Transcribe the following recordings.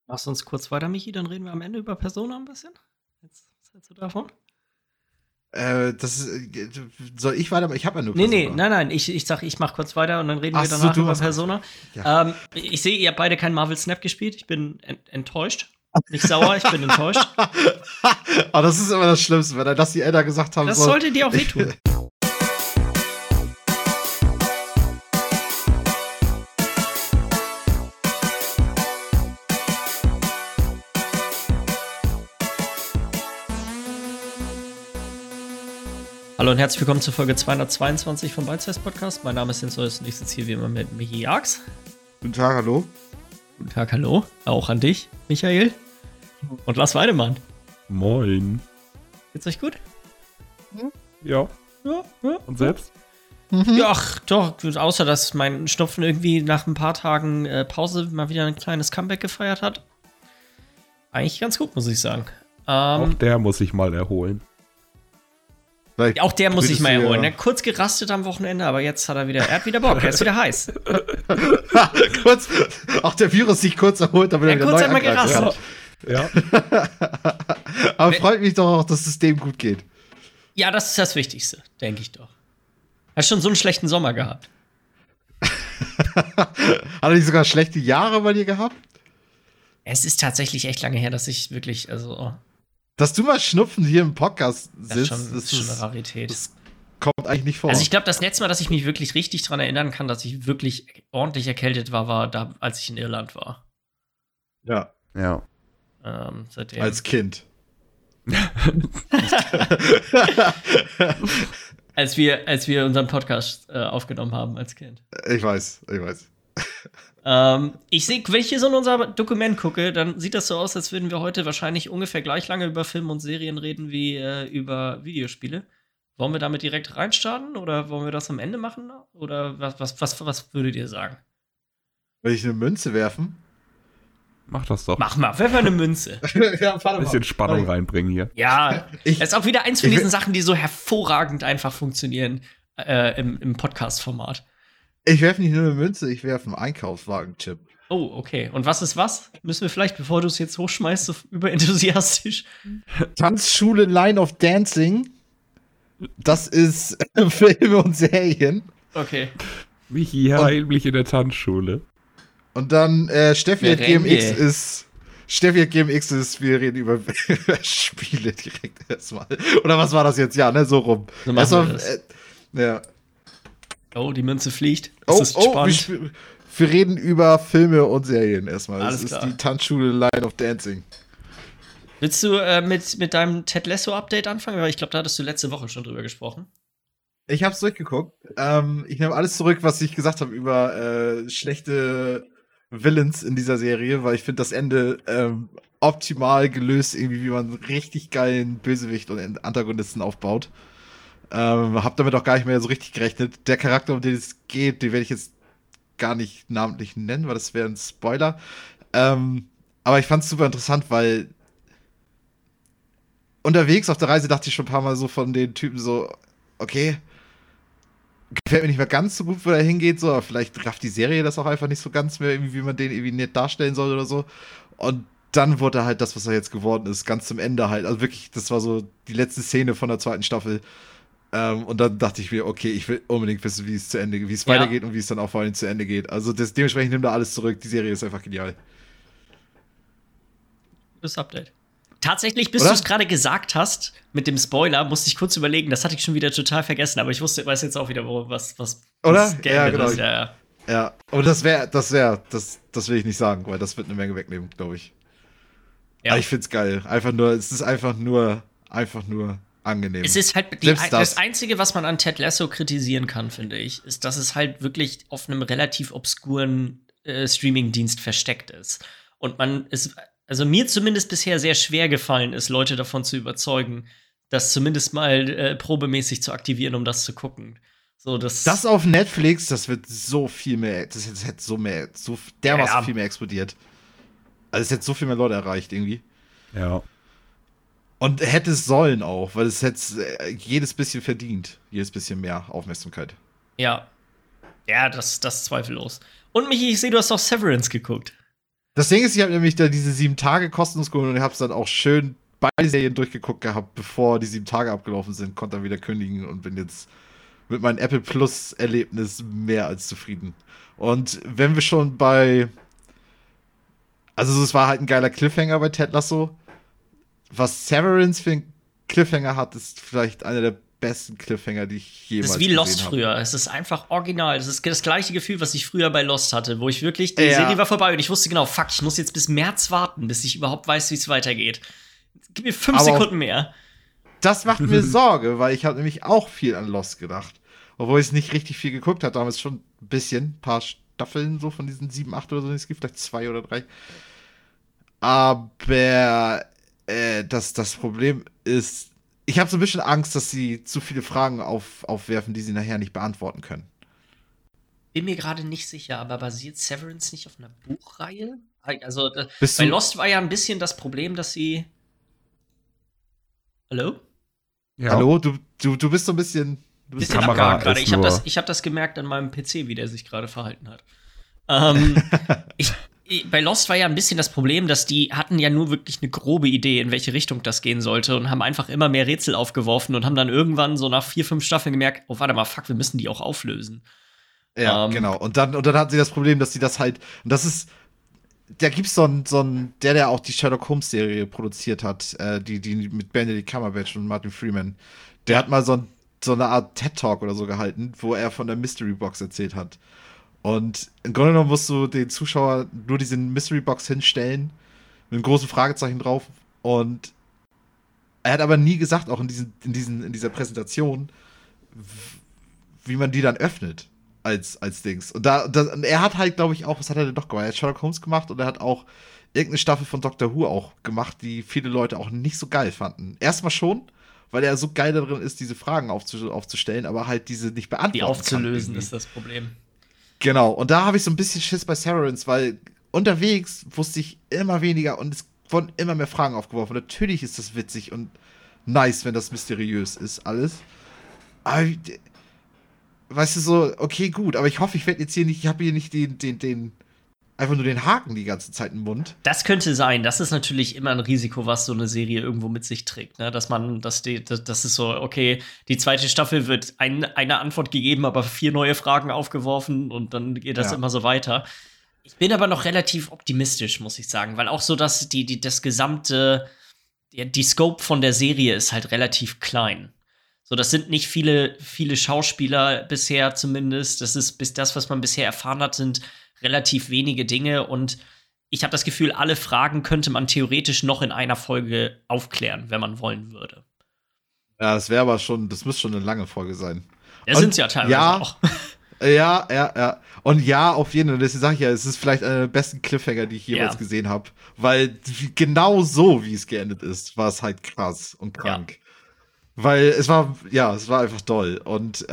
Machst du uns kurz weiter, Michi, dann reden wir am Ende über Persona ein bisschen. Was hältst du davon? Soll ich weitermachen? Ich habe ja nur Persona. Nein, ich sag, ich mach kurz weiter und dann reden wir danach über Persona. Ja. Ich sehe, ihr habt beide keinen Marvel Snap gespielt. Ich bin enttäuscht. Nicht sauer, ich bin enttäuscht. Aber das ist immer das Schlimmste, wenn das die Eltern gesagt haben. Das sollte dir auch wehtun. Hallo und herzlich willkommen zur Folge 222 vom Bite Size Podcast. Mein Name ist Jens Neues und ich sitze hier wie immer mit Michi Jax. Guten Tag, hallo. Guten Tag, hallo. Auch an dich, Michael. Und Lars Weidemann. Moin. Geht's euch gut? Ja. Und selbst? Ja, ach, doch. Außer, dass mein Schnupfen irgendwie nach ein paar Tagen Pause mal wieder ein kleines Comeback gefeiert hat. Eigentlich ganz gut, muss ich sagen. Auch der muss sich mal erholen. Auch der muss sich mal erholen. Ja. Kurz gerastet am Wochenende, aber jetzt hat er hat wieder Bock. Er ist wieder heiß. Auch der Virus sich kurz erholt, damit er wieder kurz neu einmal gerastet. Ja. Aber freut mich doch auch, dass es dem gut geht. Ja, das ist das Wichtigste, denke ich doch. Hast schon so einen schlechten Sommer gehabt? Hat er nicht sogar schlechte Jahre bei dir gehabt? Es ist tatsächlich echt lange her, dass ich wirklich, dass du mal Schnupfen hier im Podcast sitzt, das ist schon eine Rarität. Das kommt eigentlich nicht vor. Also ich glaube, das letzte Mal, dass ich mich wirklich richtig dran erinnern kann, dass ich wirklich ordentlich erkältet war da, als ich in Irland war. Ja. Seitdem. Als Kind. als wir unseren Podcast aufgenommen haben als Kind. Ich weiß. Ich sehe, wenn ich hier so in unser Dokument gucke, dann sieht das so aus, als würden wir heute wahrscheinlich ungefähr gleich lange über Filme und Serien reden wie über Videospiele. Wollen wir damit direkt reinstarten oder wollen wir das am Ende machen? Oder was würdet ihr sagen? Will ich eine Münze werfen? Mach das doch. Mach mal, werf mal eine Münze. Ja, ein bisschen Spannung reinbringen hier. Ja, das ist auch wieder eins von diesen Sachen, die so hervorragend einfach funktionieren im Podcast-Format. Ich werfe nicht nur eine Münze, ich werfe einen Einkaufswagen-Chip. Oh, okay. Und was ist was? Müssen wir vielleicht, bevor du es jetzt hochschmeißt, so überenthusiastisch? Tanzschule Line of Dancing. Das ist Filme und Serien. Okay. Michi, heimlich in der Tanzschule. Und dann Steffi hat GMX ist, wir reden über Spiele direkt erstmal. Oder was war das jetzt? Ja, ne, so rum. So machen wir das. Ja. Oh, die Münze fliegt. Das ist spannend. Wir reden über Filme und Serien erstmal. Alles das klar. Ist die Tanzschule Line of Dancing. Willst du mit deinem Ted Lasso-Update anfangen? Weil ich glaube, da hattest du letzte Woche schon drüber gesprochen. Ich hab's durchgeguckt. Ich nehme alles zurück, was ich gesagt habe über schlechte Villains in dieser Serie, weil ich finde das Ende optimal gelöst, irgendwie, wie man einen richtig geilen Bösewicht und Antagonisten aufbaut. Hab damit auch gar nicht mehr so richtig gerechnet. Der Charakter, um den es geht, den werde ich jetzt gar nicht namentlich nennen, weil das wäre ein Spoiler. Aber ich fand es super interessant, weil unterwegs auf der Reise dachte ich schon ein paar Mal so von den Typen so, okay, gefällt mir nicht mehr ganz so gut, wo er hingeht, so, aber vielleicht rafft die Serie das auch einfach nicht so ganz mehr, irgendwie, wie man den irgendwie nett darstellen soll oder so. Und dann wurde er halt das, was er jetzt geworden ist, ganz zum Ende halt. Also wirklich, das war so die letzte Szene von der zweiten Staffel. Und dann dachte ich mir, okay, ich will unbedingt wissen, wie es weitergeht und wie es dann auch vor allem zu Ende geht. Also dementsprechend nimmt er alles zurück. Die Serie ist einfach genial. Das Update. Tatsächlich, bis du es gerade gesagt hast, mit dem Spoiler, musste ich kurz überlegen, das hatte ich schon wieder total vergessen, aber ich weiß jetzt auch wieder, was oder? Ja, genau. Ist. Ja. Aber das will ich nicht sagen, weil das wird eine Menge wegnehmen, glaube ich. Ja. Aber ich find's geil. Es ist einfach nur angenehm. Es ist halt das Einzige, was man an Ted Lasso kritisieren kann, finde ich, ist, dass es halt wirklich auf einem relativ obskuren Streaming-Dienst versteckt ist. Und also mir zumindest bisher sehr schwer gefallen ist, Leute davon zu überzeugen, das zumindest mal probemäßig zu aktivieren, um das zu gucken. So, das auf Netflix, das wird so viel mehr, das hätte so dermaßen viel mehr explodiert. Also es hätte so viel mehr Leute erreicht irgendwie. Ja. Und hätte es sollen auch, weil es hätte jedes bisschen verdient. Jedes bisschen mehr Aufmerksamkeit. Ja. Ja, das zweifellos. Und Michi, ich sehe, du hast auch Severance geguckt. Das Ding ist, ich habe nämlich da diese 7 Tage kostenlos geholt und ich habe es dann auch schön beide Serien durchgeguckt gehabt, bevor die 7 Tage abgelaufen sind, konnte dann wieder kündigen und bin jetzt mit meinem Apple Plus Erlebnis mehr als zufrieden. Und wenn wir schon also es war halt ein geiler Cliffhanger bei Ted Lasso. Was Severance für einen Cliffhanger hat, ist vielleicht einer der besten Cliffhanger, die ich jemals gesehen habe. Es ist wie Lost habe. früher. Es ist einfach original. Es ist das gleiche Gefühl, was ich früher bei Lost hatte, wo ich wirklich, die Serie war vorbei und ich wusste genau, fuck, ich muss jetzt bis März warten, bis ich überhaupt weiß, wie es weitergeht. Gib mir 5 Sekunden mehr. Das macht mir Sorge, weil ich habe nämlich auch viel an Lost gedacht. Obwohl ich es nicht richtig viel geguckt habe, damals schon ein bisschen, ein paar Staffeln so von diesen 7, 8 oder so, es gibt vielleicht 2 oder 3. Aber das Problem ist, ich habe so ein bisschen Angst, dass sie zu viele Fragen aufwerfen, die sie nachher nicht beantworten können. Bin mir gerade nicht sicher, aber basiert Severance nicht auf einer Buchreihe? Also, bei Lost war ja ein bisschen das Problem, dass sie. Hallo? Ja. Hallo, du bist so ein bisschen. Du bist abgehakt gerade. Ich hab das gemerkt an meinem PC, wie der sich gerade verhalten hat. Bei Lost war ja ein bisschen das Problem, dass die hatten ja nur wirklich eine grobe Idee, in welche Richtung das gehen sollte und haben einfach immer mehr Rätsel aufgeworfen und haben dann irgendwann so nach 4, 5 Staffeln gemerkt, oh, warte mal, fuck, wir müssen die auch auflösen. Ja, genau. Und dann hatten sie das Problem, dass sie das halt, und das ist, da gibt's so einen, der auch die Sherlock Holmes Serie produziert hat, die mit Benedict Cumberbatch und Martin Freeman. Der hat mal so eine Art TED-Talk oder so gehalten, wo er von der Mystery Box erzählt hat. Und im Grunde genommen musst du den Zuschauer nur diese Mystery Box hinstellen, mit einem großen Fragezeichen drauf. Und er hat aber nie gesagt, auch in dieser Präsentation, wie man die dann öffnet als Dings. Und er hat halt, glaube ich, auch, was hat er denn noch gemacht? Er hat Sherlock Holmes gemacht und er hat auch irgendeine Staffel von Doctor Who auch gemacht, die viele Leute auch nicht so geil fanden. Erstmal schon, weil er so geil darin ist, diese Fragen aufzustellen, aber halt diese nicht beantworten. Die aufzulösen ist das Problem. Genau, und da habe ich so ein bisschen Schiss bei Severance, weil unterwegs wusste ich immer weniger und es wurden immer mehr Fragen aufgeworfen. Natürlich ist das witzig und nice, wenn das mysteriös ist, alles. Aber, weißt du, so, okay, gut, aber ich hoffe, ich habe hier nicht einfach nur den Haken die ganze Zeit im Mund. Das könnte sein. Das ist natürlich immer ein Risiko, was so eine Serie irgendwo mit sich trägt. Ne? Das ist so, okay, die zweite Staffel wird eine Antwort gegeben, aber 4 neue Fragen aufgeworfen und dann geht das immer so weiter. Ich bin aber noch relativ optimistisch, muss ich sagen, weil auch so, dass das gesamte, die Scope von der Serie ist halt relativ klein. So, das sind nicht viele Schauspieler bisher zumindest. Das ist das, was man bisher erfahren hat, sind relativ wenige Dinge und ich habe das Gefühl, alle Fragen könnte man theoretisch noch in einer Folge aufklären, wenn man wollen würde. Ja, das müsste schon eine lange Folge sein. Ja, sind es ja teilweise auch. Ja. Und ja, auf jeden Fall, deswegen sage ich ja, es ist vielleicht einer der besten Cliffhanger, die ich jemals gesehen habe. Weil genau so, wie es geendet ist, war es halt krass und krank. Ja. Weil es war einfach toll. Und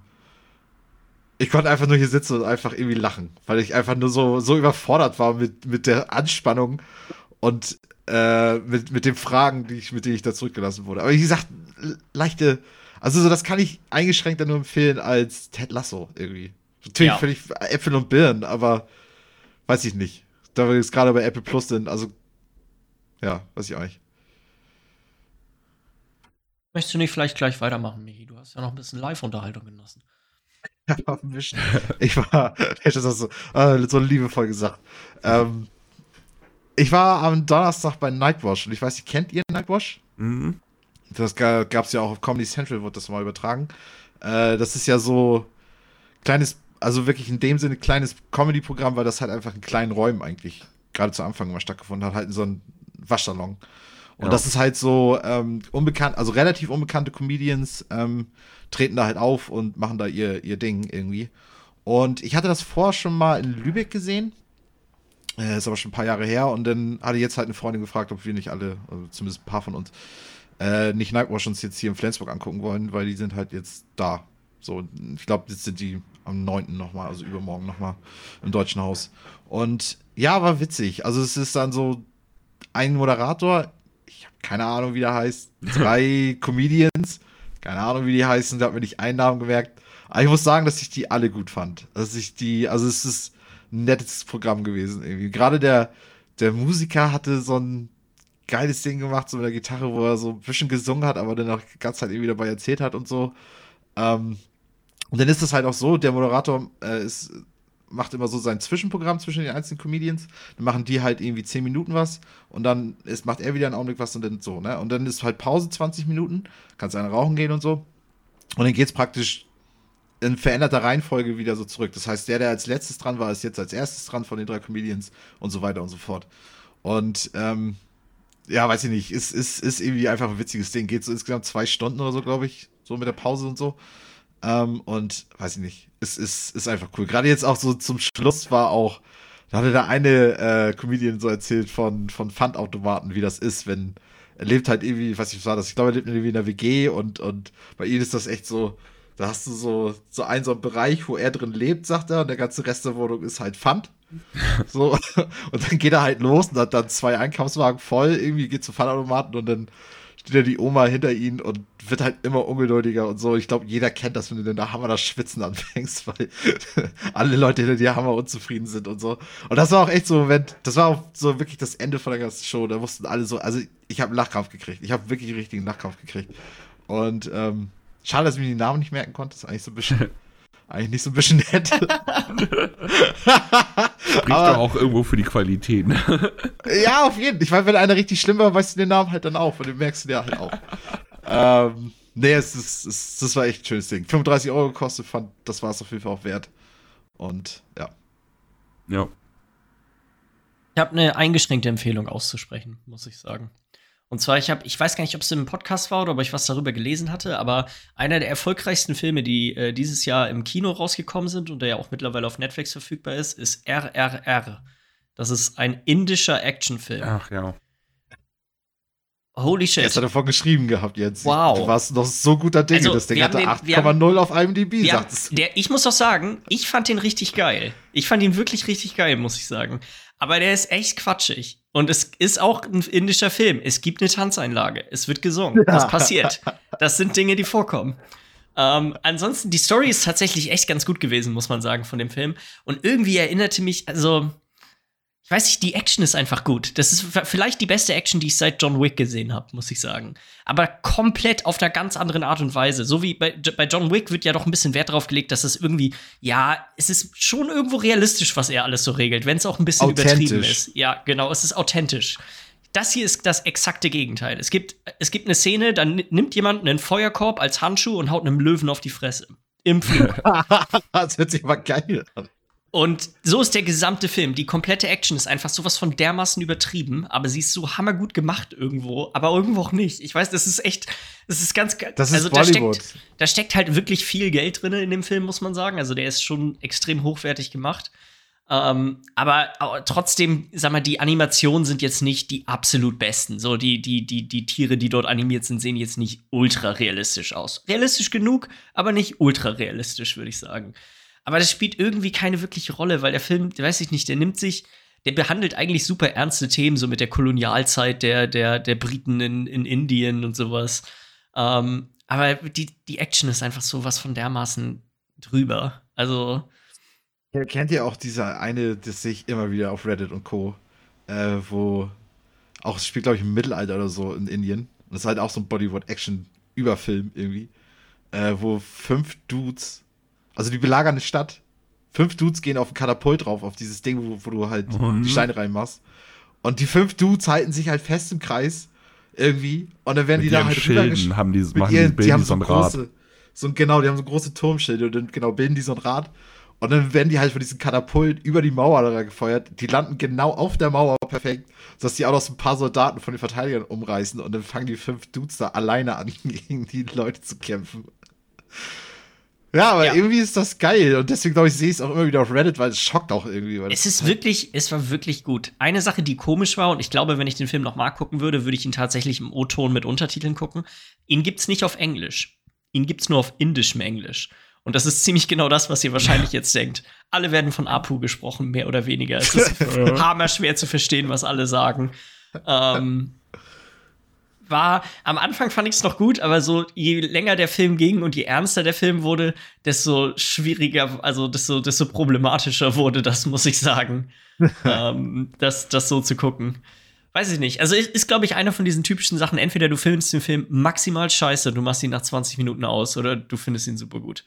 ich konnte einfach nur hier sitzen und einfach irgendwie lachen, weil ich einfach nur so überfordert war mit der Anspannung und mit den Fragen, mit denen ich da zurückgelassen wurde. Aber wie gesagt, leichte, also so, das kann ich eingeschränkter nur empfehlen als Ted Lasso irgendwie. Natürlich völlig Äpfel und Birnen, aber weiß ich nicht. Da wir jetzt gerade bei Apple Plus sind, also ja, weiß ich auch nicht. Möchtest du nicht vielleicht gleich weitermachen, Michi? Du hast ja noch ein bisschen Live-Unterhaltung genossen. Ich war, hätte das so liebevoll gesagt. Ich war am Donnerstag bei Nightwash und ich weiß nicht, kennt ihr Nightwash? Mhm. Das gab's ja auch auf Comedy Central, wurde das mal übertragen. Das ist ja so kleines, also wirklich in dem Sinne kleines Comedy-Programm, weil das halt einfach in kleinen Räumen eigentlich gerade zu Anfang immer stattgefunden hat, halt in so einem Waschsalon. Und das ist halt so relativ unbekannte Comedians treten da halt auf und machen da ihr Ding irgendwie. Und ich hatte das vorher schon mal in Lübeck gesehen. Ist aber schon ein paar Jahre her. Und dann hatte jetzt halt eine Freundin gefragt, ob wir nicht alle, also zumindest ein paar von uns, nicht Nightwash uns jetzt hier in Flensburg angucken wollen, weil die sind halt jetzt da. So, ich glaube, jetzt sind die am 9. nochmal, also übermorgen nochmal im Deutschen Haus. Und ja, war witzig. Also es ist dann so ein Moderator, ich habe keine Ahnung, wie der heißt, 3 Comedians, keine Ahnung, wie die heißen, da hat mir nicht einen Namen gemerkt. Aber ich muss sagen, dass ich die alle gut fand. Also es ist ein nettes Programm gewesen irgendwie. Gerade der Musiker hatte so ein geiles Ding gemacht, so mit der Gitarre, wo er so ein bisschen gesungen hat, aber dann auch die ganze Zeit irgendwie dabei erzählt hat und so. Und dann ist es halt auch so, der Moderator macht immer so sein Zwischenprogramm zwischen den einzelnen Comedians. Dann machen die halt irgendwie 10 Minuten was und dann macht er wieder einen Augenblick was und dann so, ne? Und dann ist halt Pause 20 Minuten, kannst eine rauchen gehen und so. Und dann geht's praktisch in veränderter Reihenfolge wieder so zurück. Das heißt, der als letztes dran war, ist jetzt als erstes dran von den 3 Comedians und so weiter und so fort. Und ja, weiß ich nicht, ist irgendwie einfach ein witziges Ding. Geht so insgesamt 2 Stunden oder so, glaube ich, so mit der Pause und so. Und weiß ich nicht, es ist einfach cool. Gerade jetzt auch so zum Schluss da hatte der eine Comedian so erzählt von Pfandautomaten, wie das ist, wenn er lebt halt irgendwie, weiß ich, was war das? Ich glaube, er lebt irgendwie in einer WG und bei ihm ist das echt so, da hast du so einen Bereich, wo er drin lebt, sagt er, und der ganze Rest der Wohnung ist halt Pfand. So, und dann geht er halt los und hat dann 2 Einkaufswagen voll, irgendwie geht zum Pfandautomaten und dann steht ja die Oma hinter ihnen und wird halt immer ungeduldiger und so. Ich glaube, jeder kennt das, wenn du denn da Hammer das Schwitzen anfängst, weil alle Leute hinter dir Hammer unzufrieden sind und so. Und das war auch echt so, das war auch so wirklich das Ende von der ganzen Show. Da mussten alle so, also ich habe einen Lachkrampf gekriegt. Ich habe wirklich einen richtigen Lachkrampf gekriegt. Und schade, dass ich mir die Namen nicht merken konnte. Das ist eigentlich so ein bisschen eigentlich nicht so ein bisschen nett. Spricht doch auch irgendwo für die Qualität, ne? Ja, auf jeden Fall. Ich meine, wenn einer richtig schlimm war, weißt du den Namen halt dann auch. Und den merkst du dir halt auch. Nee, das war echt ein schönes Ding. 35 € gekostet, das war es auf jeden Fall auch wert. Und ja. Ja. Ich habe eine eingeschränkte Empfehlung auszusprechen, muss ich sagen. Und zwar, ich weiß gar nicht, ob es im Podcast war oder ob ich was darüber gelesen hatte, aber einer der erfolgreichsten Filme, die dieses Jahr im Kino rausgekommen sind und der ja auch mittlerweile auf Netflix verfügbar ist RRR. Das ist ein indischer Actionfilm. Ach ja. Holy shit. Jetzt hat er davon geschrieben gehabt, Jens. Wow. Du warst noch so guter Dinge. Also, das Ding hatte 8,0 auf IMDb, sagtest du. Ich muss doch sagen, ich fand den richtig geil. Ich fand ihn wirklich richtig geil, muss ich sagen. Aber der ist echt quatschig. Und es ist auch ein indischer Film. Es gibt eine Tanzeinlage. Es wird gesungen. Das passiert. Das sind Dinge, die vorkommen. Ansonsten, die Story ist tatsächlich echt ganz gut gewesen, muss man sagen, von dem Film. Und irgendwie erinnerte mich, also, ich weiß nicht, die Action ist einfach gut. Das ist vielleicht die beste Action, die ich seit John Wick gesehen habe, muss ich sagen. Aber komplett auf einer ganz anderen Art und Weise. So wie bei John Wick wird ja doch ein bisschen Wert drauf gelegt, dass es irgendwie, ja, es ist schon irgendwo realistisch, was er alles so regelt, wenn es auch ein bisschen übertrieben ist. Ja, genau, es ist authentisch. Das hier ist das exakte Gegenteil. Es gibt eine Szene, dann nimmt jemand einen Feuerkorb als Handschuh und haut einem Löwen auf die Fresse. Im Flug. Das hört sich aber geil an. Und so ist der gesamte Film. Die komplette Action ist einfach sowas von dermaßen übertrieben, aber sie ist so hammergut gemacht irgendwo, aber irgendwo auch nicht. Ich weiß, das ist ganz geil. Das ist Bollywood. Da steckt halt wirklich viel Geld drin in dem Film, muss man sagen. Also der ist schon extrem hochwertig gemacht. Aber trotzdem, sag mal, die Animationen sind jetzt nicht die absolut besten. So, die Tiere, die dort animiert sind, sehen jetzt nicht ultra realistisch aus. Realistisch genug, aber nicht ultra realistisch, würde ich sagen. Aber das spielt irgendwie keine wirkliche Rolle, weil der Film, weiß ich nicht, der behandelt eigentlich super ernste Themen, so mit der Kolonialzeit der Briten in Indien und sowas. Aber die Action ist einfach sowas von dermaßen drüber. Also. Ja, kennt ihr auch diese eine, das sehe ich immer wieder auf Reddit und Co., wo auch, es spielt, glaube ich, im Mittelalter oder so in Indien. Und das ist halt auch so ein Bollywood-Action-Überfilm irgendwie, wo 5 Dudes, also die belagern eine Stadt, 5 Dudes gehen auf ein Katapult drauf, auf dieses Ding, wo du halt die Steine reinmachst. Und die 5 Dudes halten sich halt fest im Kreis irgendwie und dann werden die da halt rübergeschickt. Die haben so große Turmschilde und dann bilden die so ein Rad. Und dann werden die halt von diesem Katapult über die Mauer da gefeuert. Die landen genau auf der Mauer perfekt, sodass die auch noch so ein paar Soldaten von den Verteidigern umreißen. Und dann fangen die 5 Dudes da alleine an, gegen die Leute zu kämpfen. Ja, aber irgendwie ist das geil. Und deswegen, glaube ich, sehe ich es auch immer wieder auf Reddit, weil es schockt auch irgendwie. Es war wirklich gut. Eine Sache, die komisch war, und ich glaube, wenn ich den Film noch mal gucken würde, würde ich ihn tatsächlich im O-Ton mit Untertiteln gucken. Ihn gibt's nicht auf Englisch. Ihn gibt's nur auf indischem Englisch. Und das ist ziemlich genau das, was ihr wahrscheinlich jetzt denkt. Alle werden von Apu gesprochen, mehr oder weniger. Es ist hammerschwer zu verstehen, was alle sagen. am Anfang fand ich es noch gut, aber so je länger der Film ging und je ernster der Film wurde, desto schwieriger, also desto problematischer wurde das, muss ich sagen, das so zu gucken. Weiß ich nicht. Also ist, glaube ich, einer von diesen typischen Sachen, entweder du findest den Film maximal scheiße, du machst ihn nach 20 Minuten aus, oder du findest ihn super gut.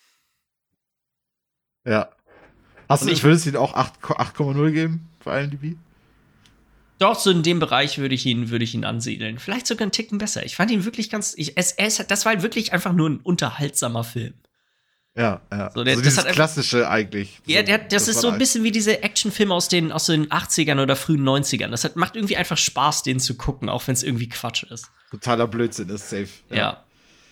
Ja. Würdest du ihn auch 8,0 geben für IMDb? Doch, so in dem Bereich würde ich ihn ansiedeln. Vielleicht sogar einen Ticken besser. Ich fand ihn wirklich das war halt wirklich einfach nur ein unterhaltsamer Film. Ja. So, das das hat Klassische eigentlich. Ja, das ist so ein bisschen wie diese Actionfilme aus den 80ern oder frühen 90ern. Das macht irgendwie einfach Spaß, den zu gucken, auch wenn es irgendwie Quatsch ist. Totaler Blödsinn ist safe. Ja.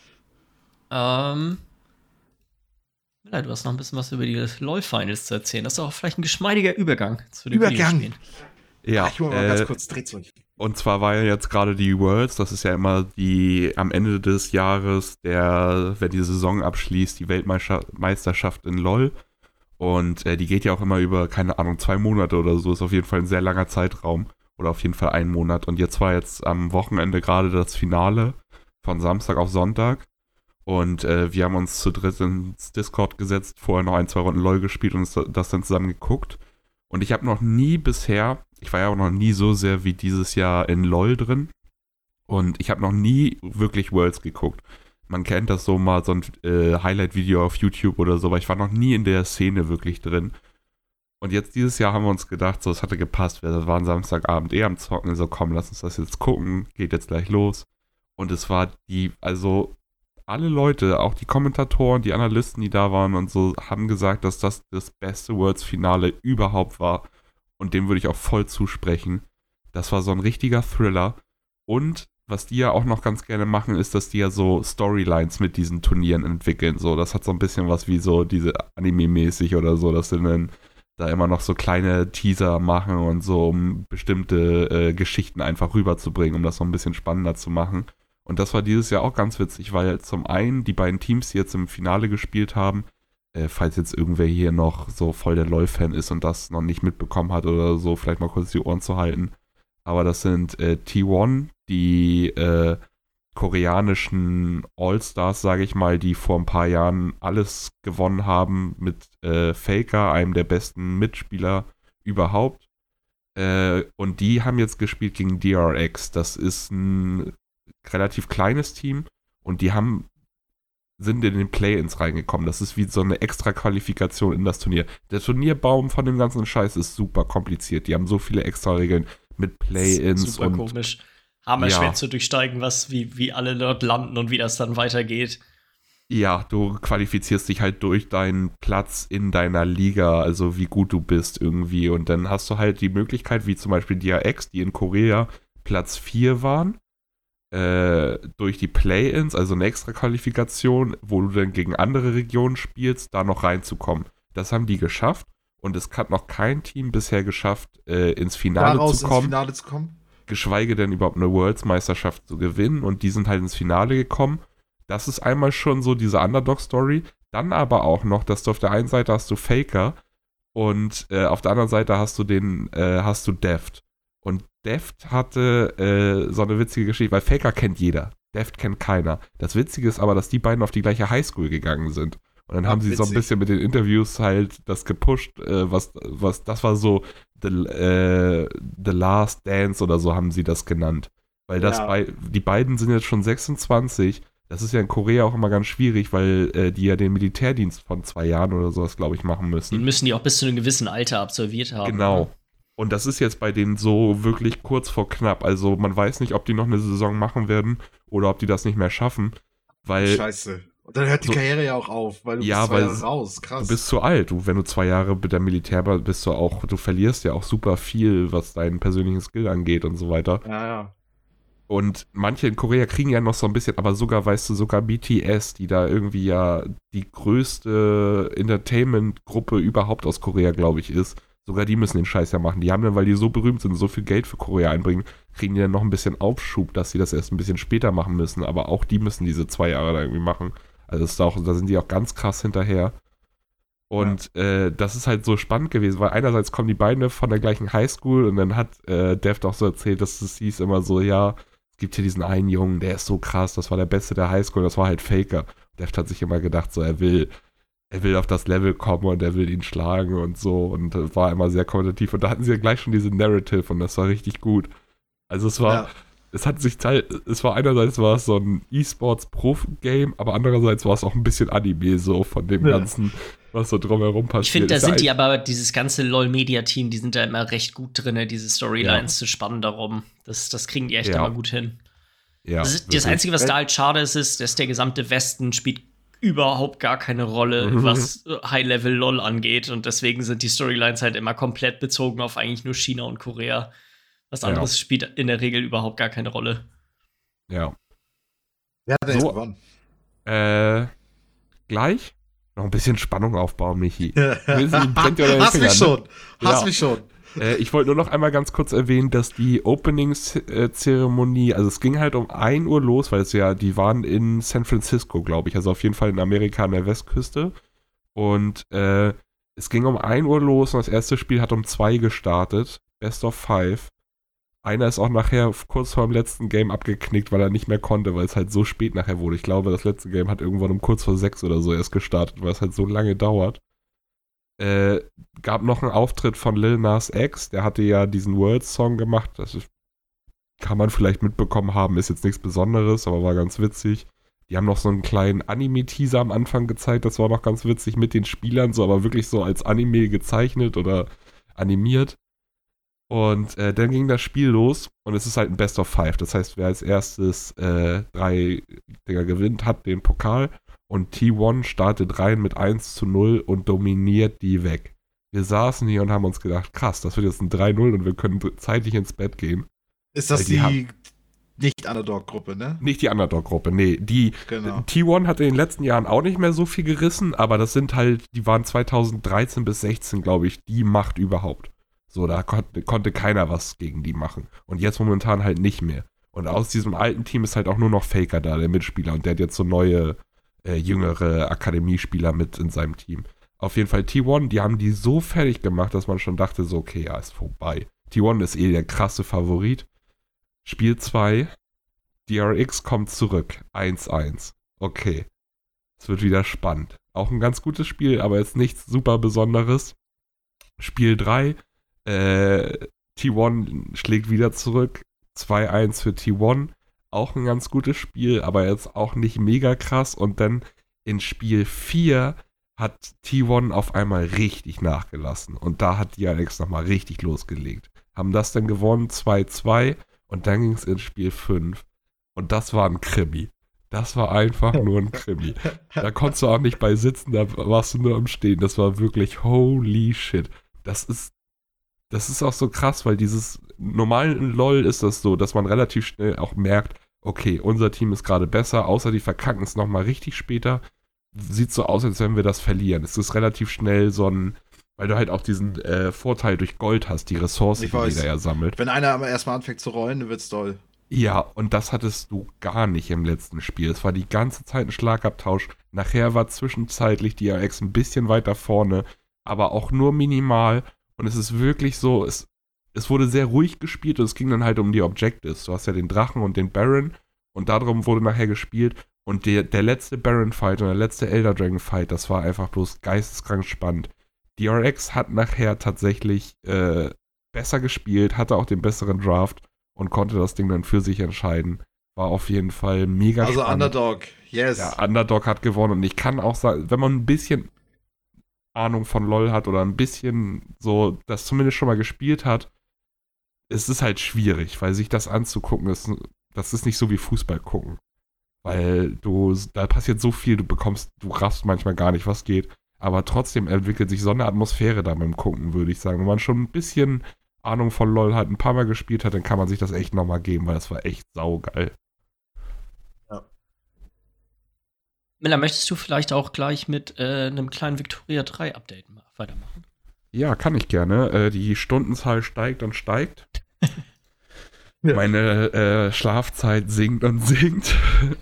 Du hast noch ein bisschen was über die LoL-Finals zu erzählen. Das ist auch vielleicht ein geschmeidiger Übergang zu den Videospielen. Ja, ich hole mal ganz kurz Drehzeug. Und zwar war ja jetzt gerade die Worlds, das ist ja immer die am Ende des Jahres, wenn die Saison abschließt, die Weltmeisterschaft in LoL. Und die geht ja auch immer über, keine Ahnung, 2 Monate oder so, ist auf jeden Fall ein sehr langer Zeitraum. Oder auf jeden Fall 1 Monat. Und jetzt war am Wochenende gerade das Finale von Samstag auf Sonntag. Und wir haben uns zu dritt ins Discord gesetzt, vorher noch 1, 2 Runden LoL gespielt und das dann zusammen geguckt. Und ich habe noch nie bisher, ich war ja auch noch nie so sehr wie dieses Jahr in LoL drin. Und ich habe noch nie wirklich Worlds geguckt. Man kennt das so mal, so ein Highlight-Video auf YouTube oder so, aber ich war noch nie in der Szene wirklich drin. Und jetzt dieses Jahr haben wir uns gedacht, so, es hatte gepasst. Wir waren Samstagabend am Zocken, so komm, lass uns das jetzt gucken, geht jetzt gleich los. Und es war alle Leute, auch die Kommentatoren, die Analysten, die da waren und so, haben gesagt, dass das beste Worlds-Finale überhaupt war. Und dem würde ich auch voll zusprechen. Das war so ein richtiger Thriller. Und was die ja auch noch ganz gerne machen, ist, dass die ja so Storylines mit diesen Turnieren entwickeln. So, das hat so ein bisschen was wie so diese Anime-mäßig oder so, dass sie dann da immer noch so kleine Teaser machen und so, um bestimmte Geschichten einfach rüberzubringen, um das so ein bisschen spannender zu machen. Und das war dieses Jahr auch ganz witzig, weil zum einen die beiden Teams, die jetzt im Finale gespielt haben, falls jetzt irgendwer hier noch so voll der LoL-Fan ist und das noch nicht mitbekommen hat oder so, vielleicht mal kurz die Ohren zu halten. Aber das sind T1, die koreanischen All-Stars, sage ich mal, die vor ein paar Jahren alles gewonnen haben mit Faker, einem der besten Mitspieler überhaupt. Und die haben jetzt gespielt gegen DRX. Das ist ein relativ kleines Team und die sind in den Play-Ins reingekommen. Das ist wie so eine extra Qualifikation in das Turnier. Der Turnierbaum von dem ganzen Scheiß ist super kompliziert. Die haben so viele extra Regeln mit Play-Ins. Super komisch. Schwer zu durchsteigen, wie alle dort landen und wie das dann weitergeht. Ja, du qualifizierst dich halt durch deinen Platz in deiner Liga, also wie gut du bist irgendwie. Und dann hast du halt die Möglichkeit, wie zum Beispiel DRX, die in Korea Platz 4 waren, durch die Play-Ins, also eine extra Qualifikation, wo du dann gegen andere Regionen spielst, da noch reinzukommen. Das haben die geschafft und es hat noch kein Team bisher geschafft, ins Finale zu kommen. Geschweige denn überhaupt eine Worlds-Meisterschaft zu gewinnen und die sind halt ins Finale gekommen. Das ist einmal schon so diese Underdog-Story. Dann aber auch noch, dass du auf der einen Seite hast du Faker und auf der anderen Seite hast du Deft. Und Deft hatte so eine witzige Geschichte, weil Faker kennt jeder, Deft kennt keiner. Das Witzige ist aber, dass die beiden auf die gleiche Highschool gegangen sind. Und dann haben sie so ein bisschen mit den Interviews halt das gepusht, was das war so The Last Dance oder so haben sie das genannt. Weil die beiden sind jetzt schon 26. Das ist ja in Korea auch immer ganz schwierig, weil die ja den Militärdienst von 2 Jahren oder sowas, glaube ich, machen müssen. Den müssen die auch bis zu einem gewissen Alter absolviert haben. Genau. Oder? Und das ist jetzt bei denen so wirklich kurz vor knapp. Also man weiß nicht, ob die noch eine Saison machen werden oder ob die das nicht mehr schaffen. Weil Scheiße. Und dann hört die Karriere ja auch auf, weil du bist 2 Jahre raus. Krass. Du bist zu alt. Wenn du 2 Jahre mit der Militär bist, du verlierst ja auch super viel, was deinen persönlichen Skill angeht und so weiter. Ja. Und manche in Korea kriegen ja noch so ein bisschen, aber sogar BTS, die da irgendwie ja die größte Entertainment-Gruppe überhaupt aus Korea, glaube ich, ist. Sogar die müssen den Scheiß ja machen. Die haben dann, weil die so berühmt sind, so viel Geld für Korea einbringen, kriegen die dann noch ein bisschen Aufschub, dass sie das erst ein bisschen später machen müssen. Aber auch die müssen diese 2 Jahre da irgendwie machen. Also da sind die auch ganz krass hinterher. Und das ist halt so spannend gewesen, weil einerseits kommen die beiden von der gleichen Highschool und dann hat Deft auch so erzählt, dass es hieß immer so, ja, es gibt hier diesen einen Jungen, der ist so krass, das war der Beste der Highschool, das war halt Faker. Deft hat sich immer gedacht, so er will auf das Level kommen und er will ihn schlagen und so und war immer sehr kompetitiv und da hatten sie ja gleich schon diese Narrative und das war richtig gut. Also es war, es war einerseits war es so ein E-Sports-Profi-Game, aber andererseits war es auch ein bisschen Anime so von dem Ganzen, was so drumherum passiert. Ich finde, da sind die aber, dieses ganze LoL-Media-Team, die sind da immer recht gut drin, diese Storylines zu spannen darum. Das kriegen die echt immer gut hin. Ja, das Einzige, was da halt schade ist, dass der gesamte Westen spielt überhaupt gar keine Rolle, was High-Level-LoL angeht. Und deswegen sind die Storylines halt immer komplett bezogen auf eigentlich nur China und Korea. Was anderes spielt in der Regel überhaupt gar keine Rolle. Ja. Wer hat denn jetzt gewonnen? Gleich? Noch ein bisschen Spannung aufbauen, Michi. Hast mich schon. Ich wollte nur noch einmal ganz kurz erwähnen, dass die Opening-Zeremonie, also es ging halt um 1 Uhr los, weil die waren in San Francisco, glaube ich, also auf jeden Fall in Amerika an der Westküste. Und es ging um 1 Uhr los und das erste Spiel hat um 2 gestartet. Best of 5. Einer ist auch nachher kurz vor dem letzten Game abgeknickt, weil er nicht mehr konnte, weil es halt so spät nachher wurde. Ich glaube, das letzte Game hat irgendwann um kurz vor 6 oder so erst gestartet, weil es halt so lange dauert. Gab noch einen Auftritt von Lil Nas X, der hatte ja diesen World-Song gemacht, das kann man vielleicht mitbekommen haben, ist jetzt nichts Besonderes, aber war ganz witzig. Die haben noch so einen kleinen Anime-Teaser am Anfang gezeigt, das war noch ganz witzig mit den Spielern, so aber wirklich so als Anime gezeichnet oder animiert. Und dann ging das Spiel los und es ist halt ein Best of 5. Das heißt, wer als erstes 3 Dinger gewinnt, hat den Pokal. Und T1 startet rein mit 1:0 und dominiert die weg. Wir saßen hier und haben uns gedacht, krass, das wird jetzt ein 3:0 und wir können zeitig ins Bett gehen. Ist das die Nicht-Underdog-Gruppe, ne? Nicht die Underdog-Gruppe, nee. Genau. T1 hat in den letzten Jahren auch nicht mehr so viel gerissen, aber das sind halt, die waren 2013 bis 16, glaube ich, die Macht überhaupt. So, da konnte keiner was gegen die machen. Und jetzt momentan halt nicht mehr. Und aus diesem alten Team ist halt auch nur noch Faker da, der Mitspieler. Und der hat jetzt so neue, jüngere Akademiespieler mit in seinem Team. Auf jeden Fall T1, die haben die so fertig gemacht, dass man schon dachte, so, okay, ja, ist vorbei. T1 ist der krasse Favorit. Spiel 2, DRX kommt zurück. 1:1. Okay. Es wird wieder spannend. Auch ein ganz gutes Spiel, aber jetzt nichts super Besonderes. Spiel 3, T1 schlägt wieder zurück. 2:1 für T1. Auch ein ganz gutes Spiel, aber jetzt auch nicht mega krass. Und dann in Spiel 4 hat T1 auf einmal richtig nachgelassen. Und da hat DRX nochmal richtig losgelegt. Haben das dann gewonnen, 2:2. Und dann ging es in Spiel 5. Und das war ein Krimi. Das war einfach nur ein Krimi. Da konntest du auch nicht bei sitzen, da warst du nur am Stehen. Das war wirklich holy shit. Das ist auch so krass, weil dieses normalen LoL ist das so, dass man relativ schnell auch merkt, okay, unser Team ist gerade besser, außer die verkacken es nochmal richtig später. Sieht so aus, als wenn wir das verlieren. Es ist relativ schnell so ein, weil du halt auch diesen Vorteil durch Gold hast, die Ressourcen, die jeder ja sammelt. Wenn einer aber erstmal anfängt zu rollen, dann wird's doll. Ja, und das hattest du gar nicht im letzten Spiel. Es war die ganze Zeit ein Schlagabtausch. Nachher war zwischenzeitlich die DRX ein bisschen weiter vorne, aber auch nur minimal. Und es ist wirklich so, es wurde sehr ruhig gespielt und es ging dann halt um die Objectives. Du hast ja den Drachen und den Baron und darum wurde nachher gespielt. Und der letzte Baron-Fight und der letzte Elder Dragon-Fight, das war einfach bloß geisteskrank spannend. DRX hat nachher tatsächlich besser gespielt, hatte auch den besseren Draft und konnte das Ding dann für sich entscheiden. War auf jeden Fall mega spannend. Also Underdog, yes. Ja, Underdog hat gewonnen und ich kann auch sagen, wenn man ein bisschen Ahnung von LoL hat oder ein bisschen so das zumindest schon mal gespielt hat, es ist halt schwierig, weil sich das anzugucken, das ist nicht so wie Fußball gucken. Weil da passiert so viel, du raffst manchmal gar nicht, was geht. Aber trotzdem entwickelt sich so eine Atmosphäre da beim Gucken, würde ich sagen. Wenn man schon ein bisschen Ahnung von LoL hat, ein paar Mal gespielt hat, dann kann man sich das echt nochmal geben, weil das war echt saugeil. Ja. Miller, möchtest du vielleicht auch gleich mit einem kleinen Victoria 3 Update weitermachen? Ja, kann ich gerne. Die Stundenzahl steigt und steigt. Ja. Meine Schlafzeit sinkt und sinkt.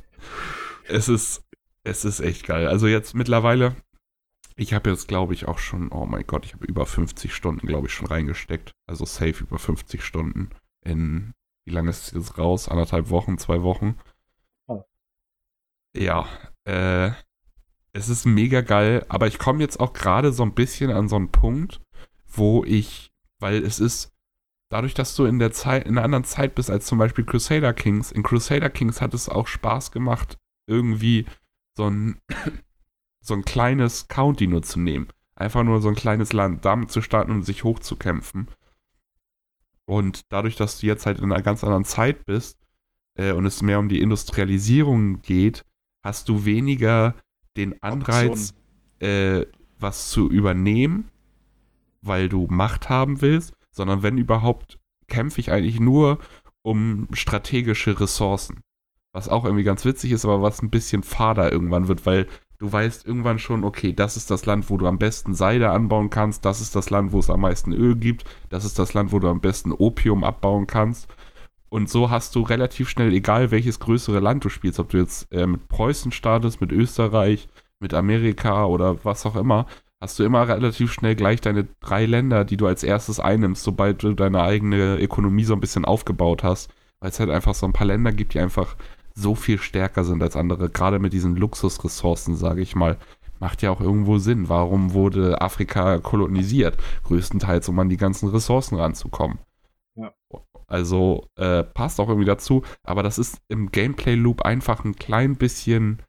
Es ist echt geil. Also jetzt mittlerweile, ich habe jetzt glaube ich auch schon, oh mein Gott, ich habe über 50 Stunden glaube ich schon reingesteckt. Also safe über 50 Stunden in Wie lange ist es jetzt raus? 1,5 Wochen, 2 Wochen? Oh. Ja, es ist mega geil, aber ich komme jetzt auch gerade so ein bisschen an so einen Punkt, weil es ist, dadurch, dass du in einer anderen Zeit bist als zum Beispiel Crusader Kings, in Crusader Kings hat es auch Spaß gemacht, irgendwie so ein kleines County nur zu nehmen. Einfach nur so ein kleines Land, damit zu starten und sich hochzukämpfen. Und dadurch, dass du jetzt halt in einer ganz anderen Zeit bist und es mehr um die Industrialisierung geht, hast du weniger den Anreiz, was zu übernehmen, weil du Macht haben willst, sondern wenn überhaupt, kämpfe ich eigentlich nur um strategische Ressourcen. Was auch irgendwie ganz witzig ist, aber was ein bisschen fader irgendwann wird, weil du weißt irgendwann schon, okay, das ist das Land, wo du am besten Seide anbauen kannst, das ist das Land, wo es am meisten Öl gibt, das ist das Land, wo du am besten Opium abbauen kannst. Und so hast du relativ schnell, egal welches größere Land du spielst, ob du jetzt mit Preußen startest, mit Österreich, mit Amerika oder was auch immer, hast du immer relativ schnell gleich deine 3 Länder, die du als erstes einnimmst, sobald du deine eigene Ökonomie so ein bisschen aufgebaut hast. Weil es halt einfach so ein paar Länder gibt, die einfach so viel stärker sind als andere. Gerade mit diesen Luxusressourcen, sage ich mal. Macht ja auch irgendwo Sinn. Warum wurde Afrika kolonisiert? Größtenteils, um an die ganzen Ressourcen ranzukommen. Ja. Also passt auch irgendwie dazu. Aber das ist im Gameplay-Loop einfach ein klein bisschen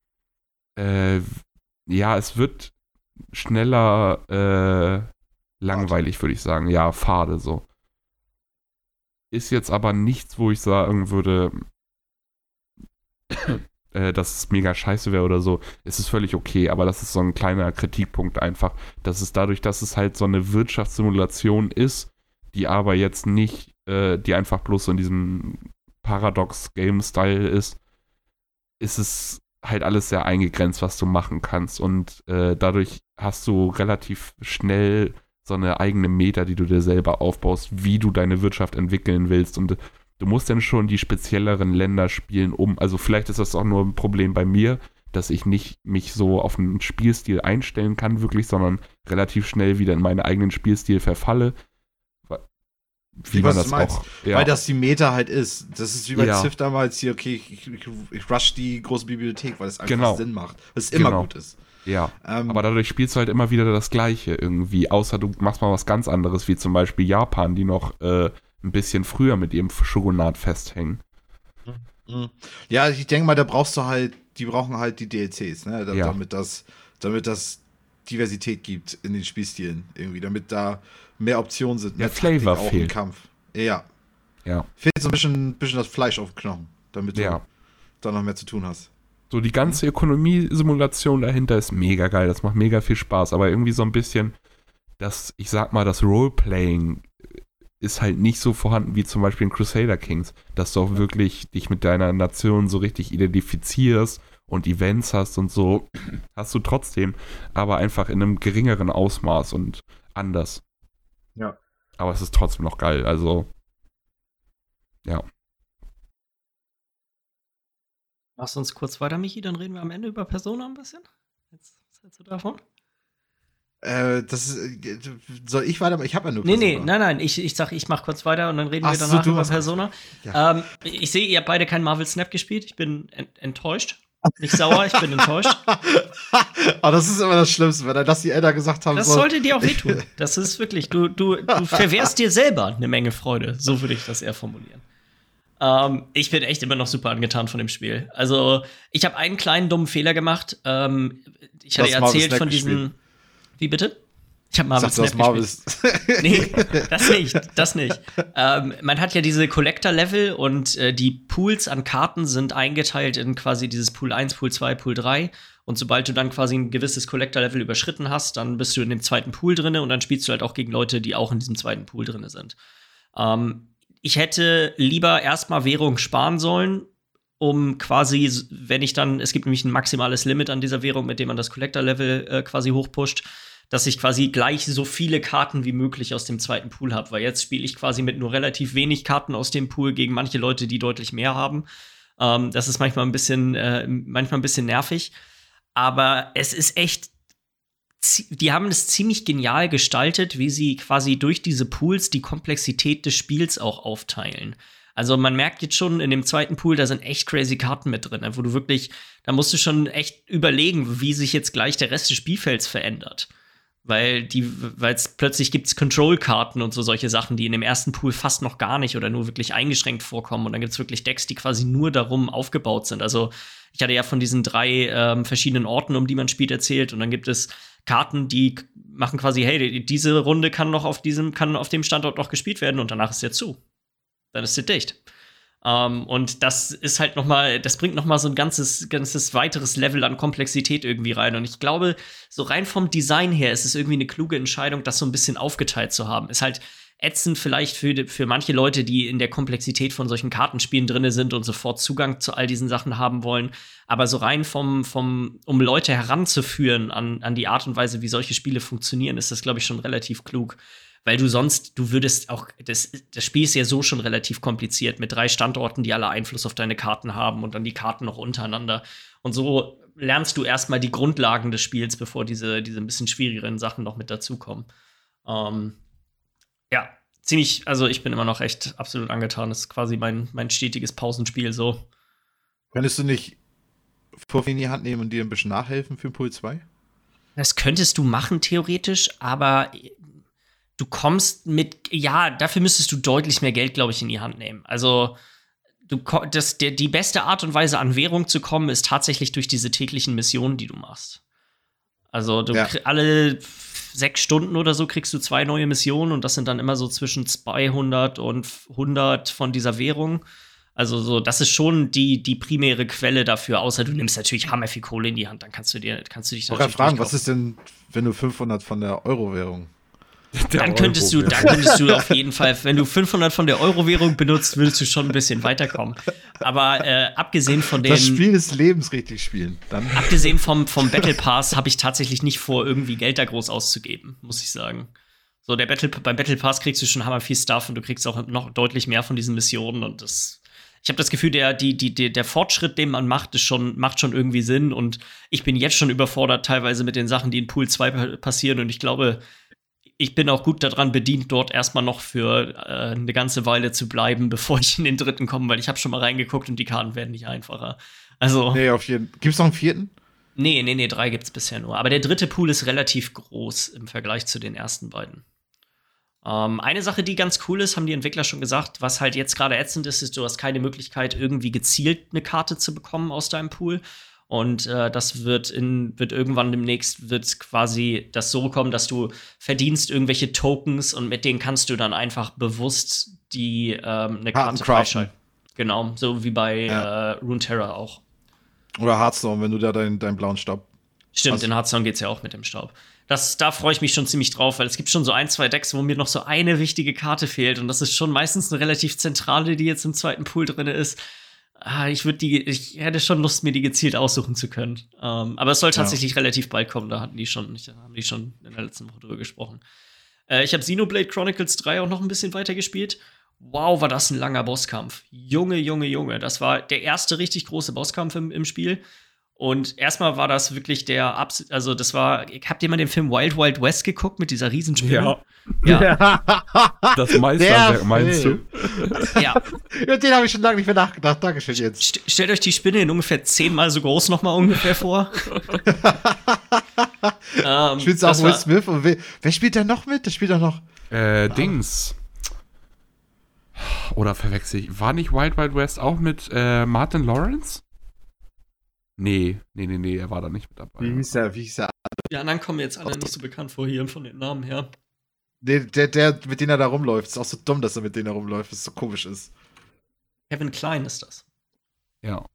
es wird schneller langweilig, würde ich sagen. Ja, fade so. Ist jetzt aber nichts, wo ich sagen würde, dass es mega scheiße wäre oder so. Es ist völlig okay, aber das ist so ein kleiner Kritikpunkt einfach. Dass es dadurch, dass es halt so eine Wirtschaftssimulation ist, die aber jetzt nicht, die einfach bloß so in diesem Paradox-Game-Style ist es halt alles sehr eingegrenzt, was du machen kannst. Und dadurch hast du relativ schnell so eine eigene Meta, die du dir selber aufbaust, wie du deine Wirtschaft entwickeln willst. Und du musst dann schon die spezielleren Länder spielen, also vielleicht ist das auch nur ein Problem bei mir, dass ich nicht mich so auf einen Spielstil einstellen kann, wirklich, sondern relativ schnell wieder in meinen eigenen Spielstil verfalle. Wie man das auch. Ja. Weil das die Meta halt ist. Das ist wie bei Civ damals hier, okay, ich rush die große Bibliothek, weil es einfach Sinn macht. Weil es immer gut ist. Ja, aber dadurch spielst du halt immer wieder das Gleiche irgendwie, außer du machst mal was ganz anderes, wie zum Beispiel Japan, die noch ein bisschen früher mit ihrem Shogunat festhängen. Ja, ich denke mal, die brauchen halt die DLCs, ne? Damit das Diversität gibt in den Spielstilen irgendwie, damit da mehr Optionen sind. Der Flavor auch fehlt. Im Kampf. Ja. Ja. Fehlt so ein bisschen das Fleisch auf den Knochen, damit du da noch mehr zu tun hast. So, die ganze Ökonomie-Simulation dahinter ist mega geil, das macht mega viel Spaß, aber irgendwie so ein bisschen das Roleplaying ist halt nicht so vorhanden wie zum Beispiel in Crusader Kings, dass du auch wirklich dich mit deiner Nation so richtig identifizierst und Events hast und so, hast du trotzdem, aber einfach in einem geringeren Ausmaß und anders. Ja. Aber es ist trotzdem noch geil, also ja. Machst du uns kurz weiter, Michi, dann reden wir am Ende über Persona ein bisschen. Was hältst du davon? Soll ich weitermachen? Ich habe ja nur Persona. Nein, ich sag, ich mach kurz weiter und dann reden wir danach über Persona. Ja. Ich sehe, ihr habt beide keinen Marvel Snap gespielt. Ich bin enttäuscht. Nicht sauer, ich bin enttäuscht. Aber das ist immer das Schlimmste, wenn das die Eltern gesagt haben. Das sollte dir auch wehtun. Das ist wirklich, du verwehrst dir selber eine Menge Freude. So würde ich das eher formulieren. Ich bin echt immer noch super angetan von dem Spiel. Also, ich habe einen kleinen dummen Fehler gemacht. Ich hatte erzählt von diesen. Wie bitte? Ich habe Marvel Snap gespielt. Nee, das nicht. Man hat ja diese Collector-Level und die Pools an Karten sind eingeteilt in quasi dieses Pool 1, Pool 2, Pool 3. Und sobald du dann quasi ein gewisses Collector-Level überschritten hast, dann bist du in dem zweiten Pool drin und dann spielst du halt auch gegen Leute, die auch in diesem zweiten Pool drin sind. Ich hätte lieber erstmal Währung sparen sollen, um quasi, wenn ich dann, es gibt nämlich ein maximales Limit an dieser Währung, mit dem man das Collector-Level quasi hochpusht, dass ich quasi gleich so viele Karten wie möglich aus dem zweiten Pool habe. Weil jetzt spiele ich quasi mit nur relativ wenig Karten aus dem Pool gegen manche Leute, die deutlich mehr haben. Das ist manchmal ein bisschen nervig. Aber es ist echt, die haben es ziemlich genial gestaltet, wie sie quasi durch diese Pools die Komplexität des Spiels auch aufteilen. Also man merkt jetzt schon in dem zweiten Pool, da sind echt crazy Karten mit drin, wo du wirklich, da musst du schon echt überlegen, wie sich jetzt gleich der Rest des Spielfelds verändert. Weil es plötzlich gibt's Control-Karten und so solche Sachen, die in dem ersten Pool fast noch gar nicht oder nur wirklich eingeschränkt vorkommen. Und dann gibt's wirklich Decks, die quasi nur darum aufgebaut sind. Also ich hatte ja von diesen 3 verschiedenen Orten, um die man spielt, erzählt. Und dann gibt es Karten, die machen quasi, hey, diese Runde kann auf dem Standort noch gespielt werden und danach ist der zu. Dann ist der dicht. Und das ist halt das bringt noch mal so ein ganzes weiteres Level an Komplexität irgendwie rein. Und ich glaube, so rein vom Design her ist es irgendwie eine kluge Entscheidung, das so ein bisschen aufgeteilt zu haben. Ist halt ätzend vielleicht für manche Leute, die in der Komplexität von solchen Kartenspielen drin sind und sofort Zugang zu all diesen Sachen haben wollen. Aber so rein um Leute heranzuführen an die Art und Weise, wie solche Spiele funktionieren, ist das, glaube ich, schon relativ klug. Weil du würdest auch, das Spiel ist ja so schon relativ kompliziert mit 3 Standorten, die alle Einfluss auf deine Karten haben und dann die Karten noch untereinander. Und so lernst du erstmal die Grundlagen des Spiels, bevor diese ein bisschen schwierigeren Sachen noch mit dazukommen. Ja, also ich bin immer noch echt absolut angetan. Das ist quasi mein stetiges Pausenspiel so. Könntest du nicht Furfi in die Hand nehmen und dir ein bisschen nachhelfen für Pool 2? Das könntest du machen, theoretisch, aber du kommst dafür müsstest du deutlich mehr Geld, glaube ich, in die Hand nehmen. Also, die beste Art und Weise, an Währung zu kommen, ist tatsächlich durch diese täglichen Missionen, die du machst. Also, alle 6 Stunden oder so kriegst du 2 neue Missionen und das sind dann immer so zwischen 200 und 100 von dieser Währung. Also, so, das ist schon die primäre Quelle dafür, außer du nimmst natürlich hammer viel Kohle in die Hand, dann kannst du dich natürlich fragen, was ist denn, wenn du 500 von der Euro-Währung Dann könntest du auf jeden Fall, wenn du 500 von der Euro-Währung benutzt, würdest du schon ein bisschen weiterkommen. Aber abgesehen von das Spiel des Lebens richtig spielen. Dann. Abgesehen vom Battle Pass habe ich tatsächlich nicht vor, irgendwie Geld da groß auszugeben, muss ich sagen. So, beim Battle Pass kriegst du schon hammer viel Stuff und du kriegst auch noch deutlich mehr von diesen Missionen und ich habe das Gefühl, der Fortschritt, den man macht, macht schon irgendwie Sinn und ich bin jetzt schon überfordert teilweise mit den Sachen, die in Pool 2 passieren und ich glaube, ich bin auch gut daran bedient, dort erstmal noch für eine ganze Weile zu bleiben, bevor ich in den 3. komme, weil ich habe schon mal reingeguckt und die Karten werden nicht einfacher. Also nee, auf jeden Fall. Gibt's noch einen 4.? Nee, 3 gibt's bisher nur. Aber der 3. Pool ist relativ groß im Vergleich zu den ersten beiden. Eine Sache, die ganz cool ist, haben die Entwickler schon gesagt, was halt jetzt gerade ätzend ist, du hast keine Möglichkeit, irgendwie gezielt eine Karte zu bekommen aus deinem Pool. Und das wird irgendwann demnächst quasi das so kommen, dass du verdienst irgendwelche Tokens und mit denen kannst du dann einfach bewusst eine Karte freischalten. Genau, so wie bei Runeterra auch. Oder Hearthstone, wenn du da deinen blauen Staub. Stimmt, in Hearthstone geht's ja auch mit dem Staub. Da freue ich mich schon ziemlich drauf, weil es gibt schon so 1, 2 Decks, wo mir noch so eine wichtige Karte fehlt. Und das ist schon meistens eine relativ zentrale, die jetzt im zweiten Pool drin ist. Ich hätte schon Lust, mir die gezielt aussuchen zu können. Aber es soll tatsächlich relativ bald kommen. Da haben die schon in der letzten Woche drüber gesprochen. Ich habe Xenoblade Chronicles 3 auch noch ein bisschen weiter gespielt. Wow, war das ein langer Bosskampf. Junge. Das war der erste richtig große Bosskampf im Spiel. Und erstmal war das wirklich habt ihr mal den Film Wild Wild West geguckt mit dieser Riesenspinne? Ja. Das Meisterwerk, meinst du? Ja. Über den habe ich schon lange nicht mehr nachgedacht. Dankeschön jetzt. Stellt euch die Spinne in ungefähr 10-mal so groß nochmal ungefähr vor. Spielt auch Will Smith und wer spielt da noch mit? Das spielt doch noch Dings. Oder verwechsel ich? War nicht Wild Wild West auch mit Martin Lawrence? Nee, er war da nicht mit dabei. Wie hieß er? Die anderen kommen jetzt alle nicht so bekannt vor hier von den Namen her. Der, mit dem er da rumläuft. Ist auch so dumm, dass er mit denen da rumläuft, was so komisch ist. Kevin Klein ist das. Ja.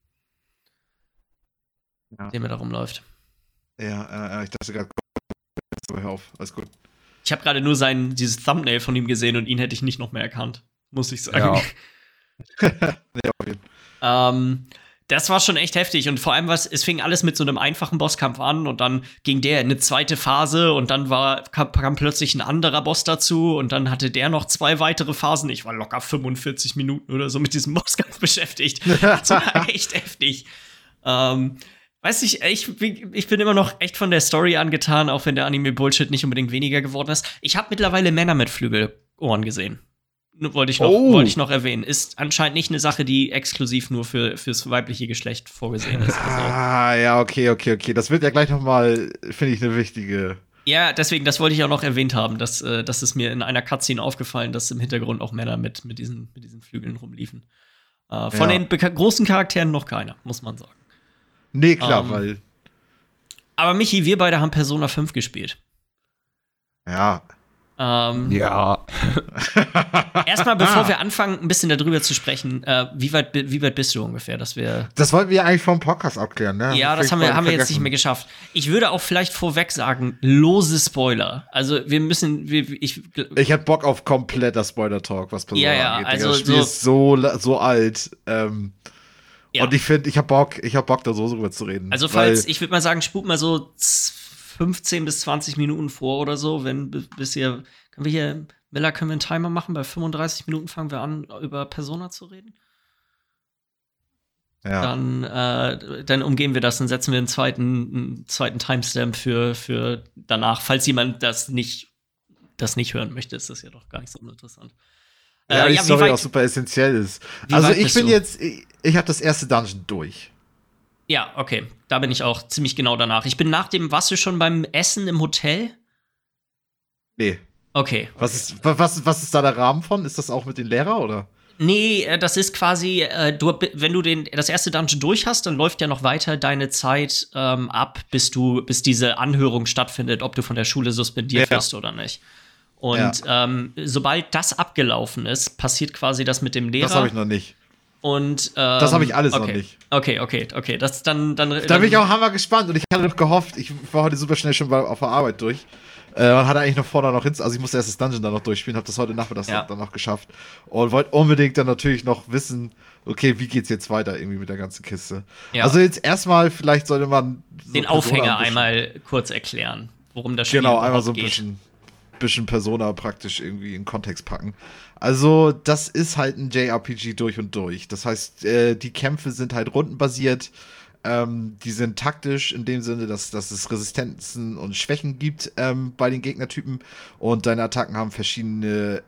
Dem er da rumläuft. Ja, ich dachte gerade, hör auf, alles gut. Ich habe gerade nur dieses Thumbnail von ihm gesehen und ihn hätte ich nicht noch mehr erkannt, muss ich sagen. Ja. Nee, auf jeden Fall. Das war schon echt heftig und vor allem es fing alles mit so einem einfachen Bosskampf an und dann ging der in eine zweite Phase und dann kam plötzlich ein anderer Boss dazu und dann hatte der noch 2 weitere Phasen. Ich war locker 45 Minuten oder so mit diesem Bosskampf beschäftigt. Das war echt heftig. Weiß ich bin immer noch echt von der Story angetan, auch wenn der Anime-Bullshit nicht unbedingt weniger geworden ist. Ich habe mittlerweile Männer mit Flügelohren gesehen. wollte ich noch erwähnen. Ist anscheinend nicht eine Sache, die exklusiv nur fürs weibliche Geschlecht vorgesehen ist. Ja, okay. Das wird ja gleich noch mal, finde ich, eine wichtige. Ja, deswegen, das wollte ich auch noch erwähnt haben. Das ist mir in einer Cutscene aufgefallen, dass im Hintergrund auch Männer mit diesen Flügeln rumliefen. Von den großen Charakteren noch keiner, muss man sagen. Nee, klar, weil. Aber Michi, wir beide haben Persona 5 gespielt. Ja. Ja. Erstmal, bevor wir anfangen, ein bisschen darüber zu sprechen, wie weit bist du ungefähr, dass wir. Das wollten wir eigentlich vom Podcast abklären, ne? Ja, das haben wir jetzt nicht mehr geschafft. Ich würde auch vielleicht vorweg sagen, lose Spoiler. Also wir müssen, ich hab Bock auf kompletter Spoiler-Talk, was Persona angeht. Also das Spiel ist so alt. Und ich finde, ich hab Bock, da so drüber zu reden. Also ich würde mal sagen, spuk mal so 15 bis 20 Minuten vor oder so, können wir einen Timer machen? Bei 35 Minuten fangen wir an, über Persona zu reden. Ja. Dann umgehen wir das und setzen wir einen zweiten Timestamp für danach, falls jemand das nicht hören möchte, ist das ja doch gar nicht so uninteressant. Die Story auch super essentiell ist. Also ich habe das erste Dungeon durch. Ja, okay. Da bin ich auch ziemlich genau danach. Warst du schon beim Essen im Hotel? Nee. Okay. Was ist da der Rahmen von? Ist das auch mit den Lehrern, oder? Nee, das ist quasi, wenn du das erste Dungeon durch hast, dann läuft ja noch weiter deine Zeit ab, bis diese Anhörung stattfindet, ob du von der Schule suspendiert wirst oder nicht. Und sobald das abgelaufen ist, passiert quasi das mit dem Lehrer. Das habe ich noch nicht. Und das habe ich alles noch nicht. Okay. Das dann Da bin ich auch hammer gespannt und ich hatte noch gehofft, ich war heute super schnell schon auf der Arbeit durch. Und hatte eigentlich noch vorne noch hin, also ich musste erst das Dungeon dann noch durchspielen, habe das heute Nachmittag dann noch geschafft und wollte unbedingt dann natürlich noch wissen, okay, wie geht's jetzt weiter irgendwie mit der ganzen Kiste. Ja. Also jetzt erstmal, vielleicht sollte man so den Aufhänger einmal kurz erklären, worum das Spiel genau, einmal so ein bisschen Persona praktisch irgendwie in Kontext packen. Also, das ist halt ein JRPG durch und durch. Das heißt, die Kämpfe sind halt rundenbasiert. Die sind taktisch in dem Sinne, dass es Resistenzen und Schwächen gibt bei den Gegnertypen. Und deine Attacken haben verschiedene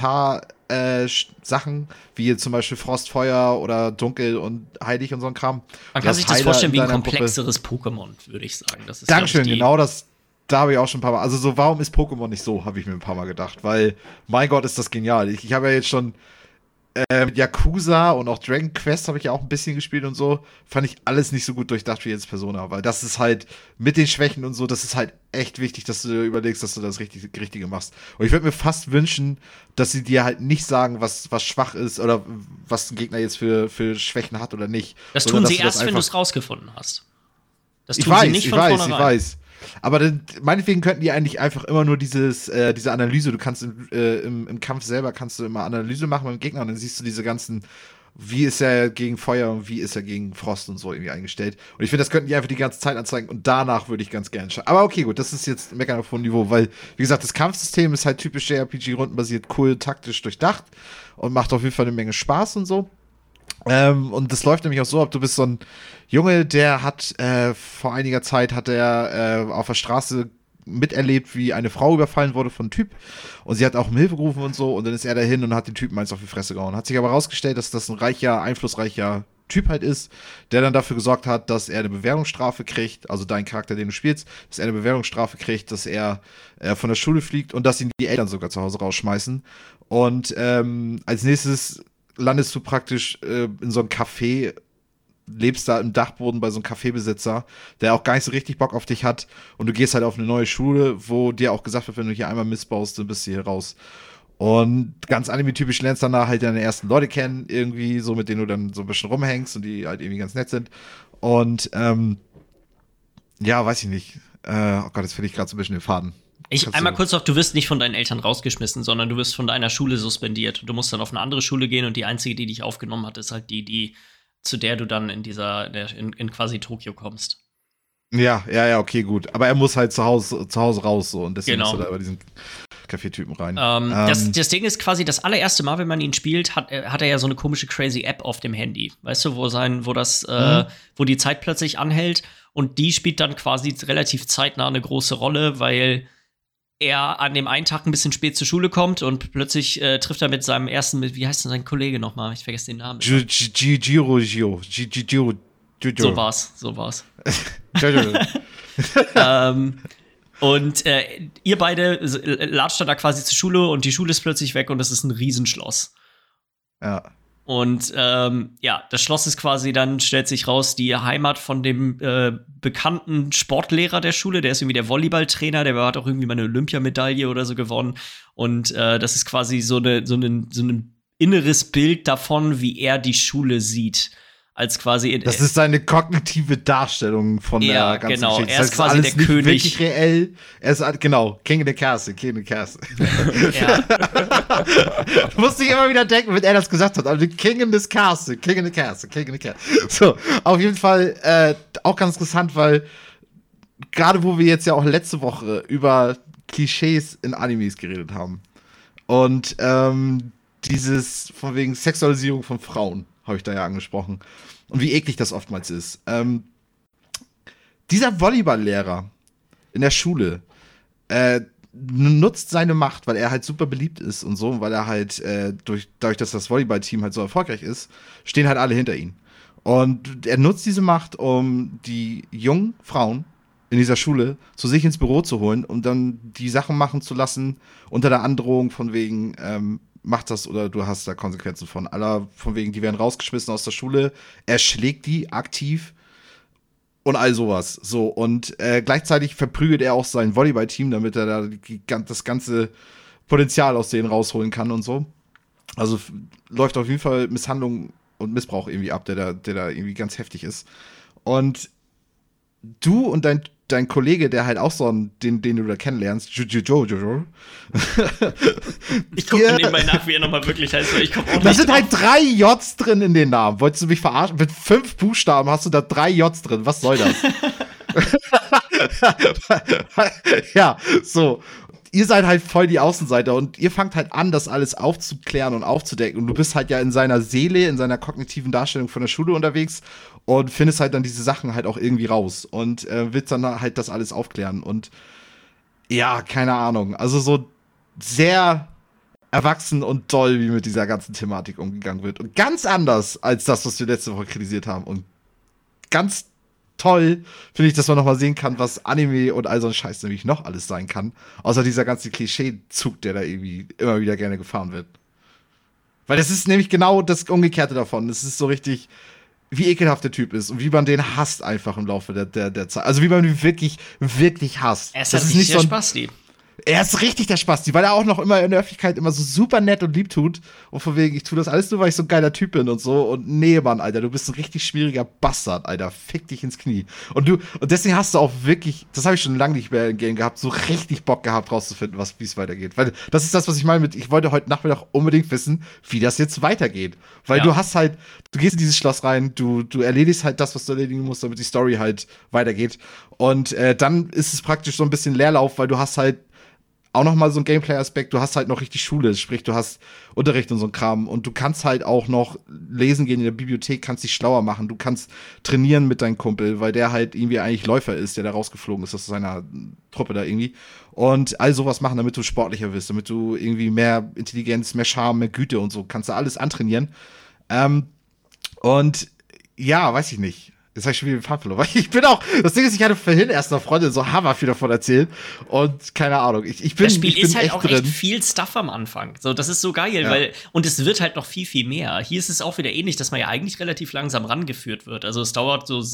Elementar-Sachen, wie jetzt zum Beispiel Frost, Feuer oder Dunkel und Heilig und so ein Kram. Man kann sich das vorstellen wie ein komplexeres Pokémon, würde ich sagen. Das ist, Dankeschön, genau das. Da habe ich auch schon ein paar Mal, also so, warum ist Pokémon nicht so, habe ich mir ein paar Mal gedacht, weil, mein Gott, ist das genial. Ich habe ja jetzt schon mit Yakuza und auch Dragon Quest habe ich ja auch ein bisschen gespielt und so, fand ich alles nicht so gut durchdacht wie jetzt Persona, weil das ist halt mit den Schwächen und so, das ist halt echt wichtig, dass du überlegst, dass du das Richtige machst. Und ich würde mir fast wünschen, dass sie dir halt nicht sagen, was schwach ist oder was ein Gegner jetzt für Schwächen hat oder nicht. Das tun sie erst, wenn du es rausgefunden hast. Das tun sie nicht von vornherein. Ich weiß. Aber meinetwegen könnten die eigentlich einfach immer nur diese Analyse, du kannst im Kampf selber kannst du immer Analyse machen mit dem Gegner und dann siehst du diese ganzen, wie ist er gegen Feuer und wie ist er gegen Frost und so irgendwie eingestellt. Und ich finde, das könnten die einfach die ganze Zeit anzeigen und danach würde ich ganz gerne schauen. Aber okay, gut, das ist jetzt Meckern auf hohem Niveau, weil, wie gesagt, das Kampfsystem ist halt typisch JRPG-rundenbasiert, cool, taktisch durchdacht und macht auf jeden Fall eine Menge Spaß und so. Und das läuft nämlich auch so ab, du bist so ein Junge, der hat vor einiger Zeit auf der Straße miterlebt, wie eine Frau überfallen wurde von einem Typ und sie hat auch um Hilfe gerufen und so und dann ist er dahin und hat den Typen eins auf die Fresse gehauen. Hat sich aber rausgestellt, dass das ein einflussreicher Typ halt ist, der dann dafür gesorgt hat, dass er eine Bewährungsstrafe kriegt, also dein Charakter, den du spielst, dass er eine Bewährungsstrafe kriegt, dass er von der Schule fliegt und dass ihn die Eltern sogar zu Hause rausschmeißen. Und als nächstes landest du praktisch in so einem Café, lebst da im Dachboden bei so einem Cafébesitzer, der auch gar nicht so richtig Bock auf dich hat und du gehst halt auf eine neue Schule, wo dir auch gesagt wird, wenn du hier einmal missbaust, dann bist du hier raus. Und ganz anime-typisch lernst danach halt deine ersten Leute kennen, irgendwie so, mit denen du dann so ein bisschen rumhängst und die halt irgendwie ganz nett sind. Und ja, weiß ich nicht. Oh Gott, jetzt finde ich gerade so ein bisschen den Faden. Einmal kurz noch, du wirst nicht von deinen Eltern rausgeschmissen, sondern du wirst von deiner Schule suspendiert. Du musst dann auf eine andere Schule gehen und die einzige, die dich aufgenommen hat, ist halt die zu der du dann in quasi Tokio kommst. Ja, okay, gut. Aber er muss halt zu Hause raus so und deswegen musst du da über diesen Café-Typen rein. Das Ding ist quasi, das allererste Mal, wenn man ihn spielt, hat er ja so eine komische crazy App auf dem Handy. Weißt du, wo die Zeit plötzlich anhält und die spielt dann quasi relativ zeitnah eine große Rolle, weil er an dem einen Tag ein bisschen spät zur Schule kommt und plötzlich trifft er mit seinem ersten, wie heißt denn sein Kollege nochmal? Ich vergesse den Namen. So war's. Und ihr beide latscht dann da quasi zur Schule und die Schule ist plötzlich weg und es ist ein Riesenschloss. Ja. Und das Schloss ist quasi dann, stellt sich raus, die Heimat von dem bekannten Sportlehrer der Schule. Der ist irgendwie der Volleyballtrainer, der hat auch irgendwie mal eine Olympiamedaille oder so gewonnen. Und das ist quasi so ein inneres Bild davon, wie er die Schule sieht. Als quasi das ist seine kognitive Darstellung von der ganzen Geschichte. Er ist quasi der König. Wirklich reell. Er ist genau King in the Castle. Ja. Musste ich immer wieder denken, wenn er das gesagt hat. Also King in the Castle. So, auf jeden Fall auch ganz interessant, weil gerade wo wir jetzt ja auch letzte Woche über Klischees in Animes geredet haben und dieses von wegen Sexualisierung von Frauen habe ich da ja angesprochen. Und wie eklig das oftmals ist. Dieser Volleyball-Lehrer in der Schule nutzt seine Macht, weil er halt super beliebt ist und so, weil er halt dadurch, dass das Volleyball-Team halt so erfolgreich ist, stehen halt alle hinter ihm. Und er nutzt diese Macht, um die jungen Frauen in dieser Schule zu sich ins Büro zu holen und dann die Sachen machen zu lassen unter der Androhung von wegen mach das oder du hast da Konsequenzen von. Von wegen, die werden rausgeschmissen aus der Schule, er schlägt die aktiv und all sowas. So, und gleichzeitig verprügelt er auch sein Volleyball-Team, damit er da das ganze Potenzial aus denen rausholen kann und so. Also läuft auf jeden Fall Misshandlung und Missbrauch irgendwie ab, der da irgendwie ganz heftig ist. Und du und dein Kollege, der halt auch so den du da kennenlernst, Jojo. Ich gucke mir nebenbei nach, wie er nochmal wirklich heißt, weil ich komme auch nicht Da sind drauf. halt 3 Js drin in den Namen. Wolltest du mich verarschen? Mit 5 Buchstaben hast du da 3 Js drin. Was soll das? Ja, so. Ihr seid halt voll die Außenseiter und ihr fangt halt an, das alles aufzuklären und aufzudecken. Und du bist halt ja in seiner Seele, in seiner kognitiven Darstellung von der Schule unterwegs und findest halt dann diese Sachen halt auch irgendwie raus und willst dann halt das alles aufklären. Und ja, keine Ahnung. Also so sehr erwachsen und toll, wie mit dieser ganzen Thematik umgegangen wird. Und ganz anders als das, was wir letzte Woche kritisiert haben. Und ganz toll finde ich, dass man noch mal sehen kann, was Anime und all so ein Scheiß nämlich noch alles sein kann. Außer dieser ganze Klischeezug, der da irgendwie immer wieder gerne gefahren wird. Weil das ist nämlich genau das Umgekehrte davon. Das ist so richtig, wie ekelhaft der Typ ist und wie man den hasst einfach im Laufe der Zeit. Also wie man ihn wirklich, wirklich hasst. Er ist das halt ist nicht richtig so der ein Spasti. Er ist richtig der Spasti, weil er auch noch immer in der Öffentlichkeit immer so super nett und lieb tut. Und von wegen, ich tue das alles nur, weil ich so ein geiler Typ bin und so. Und nee, Mann, Alter, du bist ein richtig schwieriger Bastard, Alter. Fick dich ins Knie. Und deswegen hast du auch wirklich, das habe ich schon lange nicht mehr im Game gehabt, so richtig Bock gehabt, rauszufinden, wie es weitergeht. Weil das ist das, was ich meine ich wollte heute Nachmittag unbedingt wissen, wie das jetzt weitergeht. Weil du hast halt, du gehst in dieses Schloss rein, du erledigst halt das, was du erledigen musst, damit die Story halt weitergeht. Und dann ist es praktisch so ein bisschen Leerlauf, weil du hast halt auch noch mal so ein Gameplay-Aspekt, du hast halt noch richtig Schule, sprich, du hast Unterricht und so ein Kram und du kannst halt auch noch lesen gehen in der Bibliothek, kannst dich schlauer machen, du kannst trainieren mit deinem Kumpel, weil der halt irgendwie eigentlich Läufer ist, der da rausgeflogen ist aus seiner Truppe da irgendwie und all sowas machen, damit du sportlicher wirst, damit du irgendwie mehr Intelligenz, mehr Charme, mehr Güte und so, kannst du alles antrainieren. Und ja, weiß ich nicht. Jetzt habe ich schon wieder den Faden verloren. Ich bin auch, das Ding ist, ich hatte vorhin erst einer Freundin so hammer viel davon erzählt und keine Ahnung. Das Spiel ist halt auch echt viel Stuff am Anfang. So, das ist so geil, und es wird halt noch viel, viel mehr. Hier ist es auch wieder ähnlich, dass man ja eigentlich relativ langsam rangeführt wird. Also es dauert so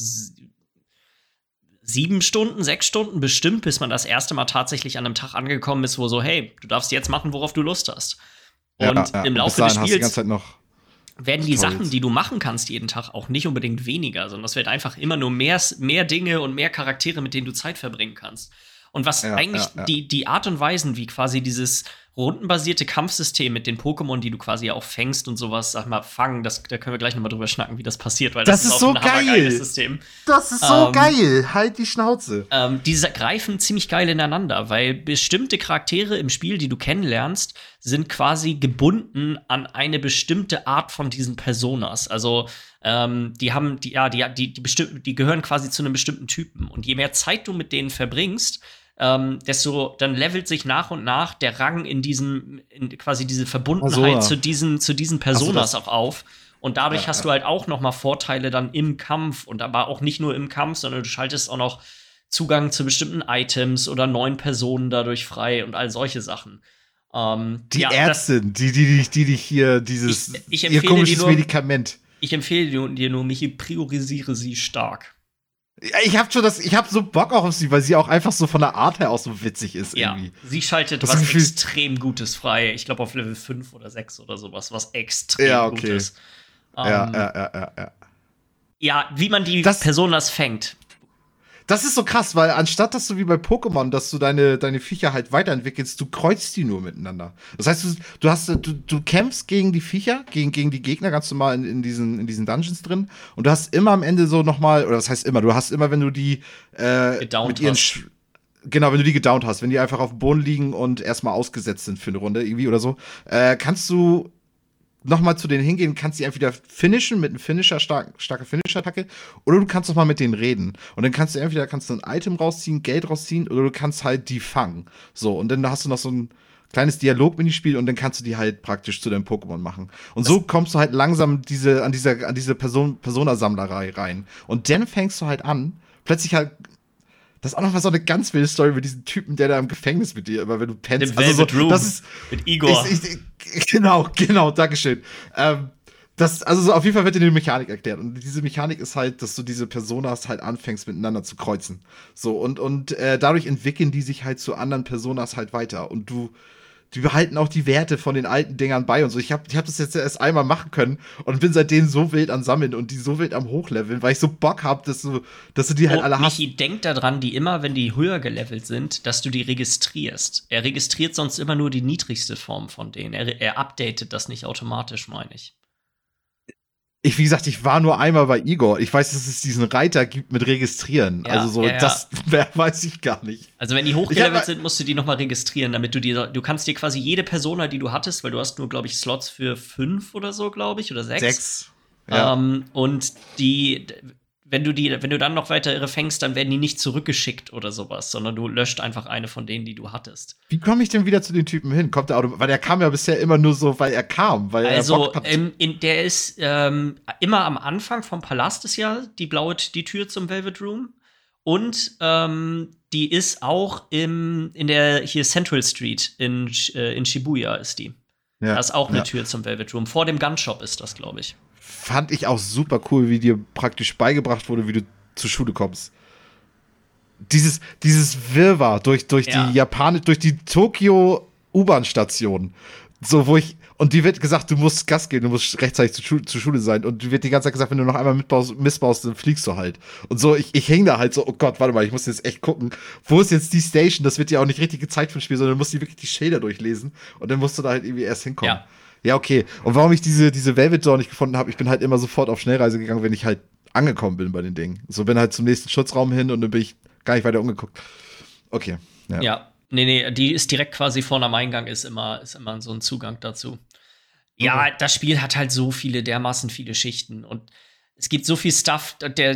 7 Stunden, 6 Stunden bestimmt, bis man das erste Mal tatsächlich an einem Tag angekommen ist, wo so, hey, du darfst jetzt machen, worauf du Lust hast. Und im Laufe des Spiels die ganze Zeit noch werden die Sachen, die du machen kannst jeden Tag, auch nicht unbedingt weniger, sondern es wird einfach immer nur mehr Dinge und mehr Charaktere, mit denen du Zeit verbringen kannst. Und was die Art und Weisen, wie quasi dieses rundenbasierte Kampfsystem mit den Pokémon, die du quasi auch fängst und sowas, sag mal, fangen, da können wir gleich noch mal drüber schnacken, wie das passiert, weil das ist auch so ein hammergeiles System. Das ist so geil, halt die Schnauze. Diese greifen ziemlich geil ineinander, weil bestimmte Charaktere im Spiel, die du kennenlernst, sind quasi gebunden an eine bestimmte Art von diesen Personas. Also die gehören quasi zu einem bestimmten Typen. Und je mehr Zeit du mit denen verbringst, dann levelt sich nach und nach der Rang in quasi diese Verbundenheit zu diesen Personas auch auf. Und dadurch hast du halt auch noch mal Vorteile dann im Kampf und aber auch nicht nur im Kampf, sondern du schaltest auch noch Zugang zu bestimmten Items oder neuen Personen dadurch frei und all solche Sachen. Die Ärztin, die dich hier ihr komisches Medikament. Ich empfehle dir nur, Michi, priorisiere sie stark. Ich hab so Bock auch auf sie, weil sie auch einfach so von der Art her auch so witzig ist irgendwie. Ja, sie schaltet was extrem Gutes frei. Ich glaube auf Level 5 oder 6 oder sowas, was extrem gut ist. Ja, wie man die Personas fängt. Das ist so krass, weil anstatt, dass du wie bei Pokémon, dass du deine Viecher halt weiterentwickelst, du kreuzt die nur miteinander. Das heißt, du kämpfst gegen die Viecher, gegen die Gegner ganz normal in diesen Dungeons drin und du hast immer am Ende so nochmal, oder das heißt immer, du hast immer, wenn du die gedownt hast. Genau, wenn du die gedownt hast, wenn die einfach auf dem Boden liegen und erstmal ausgesetzt sind für eine Runde irgendwie oder so, kannst du nochmal zu denen hingehen, kannst sie entweder finishen mit einem starke Finisher-Attacke, oder du kannst noch mal mit denen reden. Und dann kannst du ein Item rausziehen, Geld rausziehen, oder du kannst halt die fangen. So, und dann hast du noch so ein kleines Dialog-Minispiel und dann kannst du die halt praktisch zu deinem Pokémon machen. Und so kommst du halt langsam an diese Personasammlerei rein. Und dann fängst du halt an, plötzlich halt. Das ist auch noch mal so eine ganz wilde Story mit diesem Typen, der da im Gefängnis mit dir, immer wenn du pennst. Das ist mit Igor. Genau, Dankeschön. So auf jeden Fall wird dir die Mechanik erklärt. Und diese Mechanik ist halt, dass du diese Personas halt anfängst, miteinander zu kreuzen. So, und dadurch entwickeln die sich halt zu anderen Personas halt weiter. Und die behalten auch die Werte von den alten Dingern bei und so. Ich hab das jetzt erst einmal machen können und bin seitdem so wild am Sammeln und die so wild am Hochleveln, weil ich so Bock hab, dass du die halt alle hast. Michi, denk daran, wenn die höher gelevelt sind, dass du die registrierst. Er registriert sonst immer nur die niedrigste Form von denen. Er updatet das nicht automatisch, meine ich. Wie gesagt, ich war nur einmal bei Igor. Ich weiß, dass es diesen Reiter gibt mit Registrieren. Das weiß ich gar nicht. Also wenn die hochgelevelt sind, musst du die noch mal registrieren, damit du kannst dir quasi jede Persona, die du hattest, weil du hast nur, glaube ich, Slots für 5 oder so, glaube ich, oder 6. 6. Ja. Und wenn du dann noch weitere fängst, dann werden die nicht zurückgeschickt oder sowas, sondern du löscht einfach eine von denen, die du hattest. Wie komme ich denn wieder zu den Typen hin? Kommt der weil der kam ja bisher immer nur so, weil er kam, weil er Bock hat. Der ist immer am Anfang vom Palast ist ja die Tür zum Velvet Room und die ist auch in der hier Central Street in Shibuya ist die. Ja, da ist auch eine Tür zum Velvet Room. Vor dem Gunshop ist das, glaube ich. Fand ich auch super cool, wie dir praktisch beigebracht wurde, wie du zur Schule kommst. Dieses Wirrwarr durch die Tokio U-Bahn-Station. So, und die wird gesagt, du musst Gas geben, du musst rechtzeitig zur Schule sein. Und die wird die ganze Zeit gesagt, wenn du noch einmal missbaust, dann fliegst du halt. Und so, ich hänge da halt so, oh Gott, warte mal, ich muss jetzt echt gucken, wo ist jetzt die Station? Das wird ja auch nicht richtig gezeigt vom Spiel, sondern du musst dir wirklich die Schilder durchlesen. Und dann musst du da halt irgendwie erst hinkommen. Ja, okay. Und warum ich diese Velvet Door nicht gefunden habe, ich bin halt immer sofort auf Schnellreise gegangen, wenn ich halt angekommen bin bei den Dingen. So, bin halt zum nächsten Schutzraum hin und dann bin ich gar nicht weiter umgeguckt. Okay. Ja. Nee, die ist direkt quasi vorne am Eingang, ist immer so ein Zugang dazu. Ja, das Spiel hat halt dermaßen viele Schichten und es gibt so viel Stuff,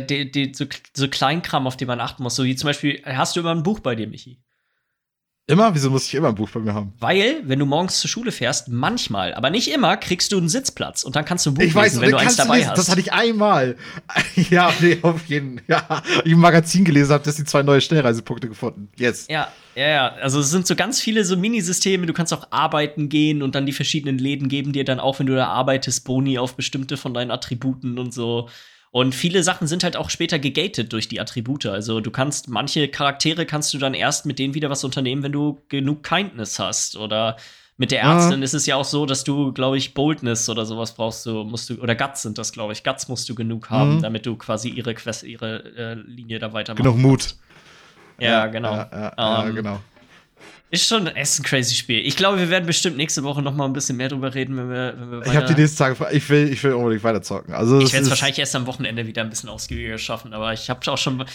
so Kleinkram, auf den man achten muss. So wie zum Beispiel, hast du immer ein Buch bei dir, Michi? Immer? Wieso muss ich immer ein Buch bei mir haben? Weil, wenn du morgens zur Schule fährst, manchmal, aber nicht immer, kriegst du einen Sitzplatz und dann kannst du ein Buch lesen, wenn du eins dabei hast. Das hatte ich einmal. Ja, nee, auf jeden Fall. Ja, ich im Magazin gelesen habe, dass die 2 neue Schnellreisepunkte gefunden. Yes. Ja. Also es sind so ganz viele so Minisysteme. Du kannst auch arbeiten gehen und dann die verschiedenen Läden geben dir dann auch, wenn du da arbeitest, Boni auf bestimmte von deinen Attributen und so. Und viele Sachen sind halt auch später gegated durch die Attribute. Also manche Charaktere kannst du dann erst mit denen wieder was unternehmen, wenn du genug Kindness hast. Oder mit der Ärztin ist es ja auch so, dass du, glaube ich, Boldness oder sowas oder Guts sind das, glaube ich. Guts musst du genug haben, damit du quasi ihre Linie da weitermachst. Genug Mut. Ja, genau. Ja, genau. Ist ein crazy Spiel. Ich glaube, wir werden bestimmt nächste Woche noch mal ein bisschen mehr drüber reden, wenn wir weiter. Ich habe die nächsten Tage, ich will unbedingt weiter zocken. Also, ich werde es wahrscheinlich erst am Wochenende wieder ein bisschen ausgiebiger schaffen, aber ich habe auch schon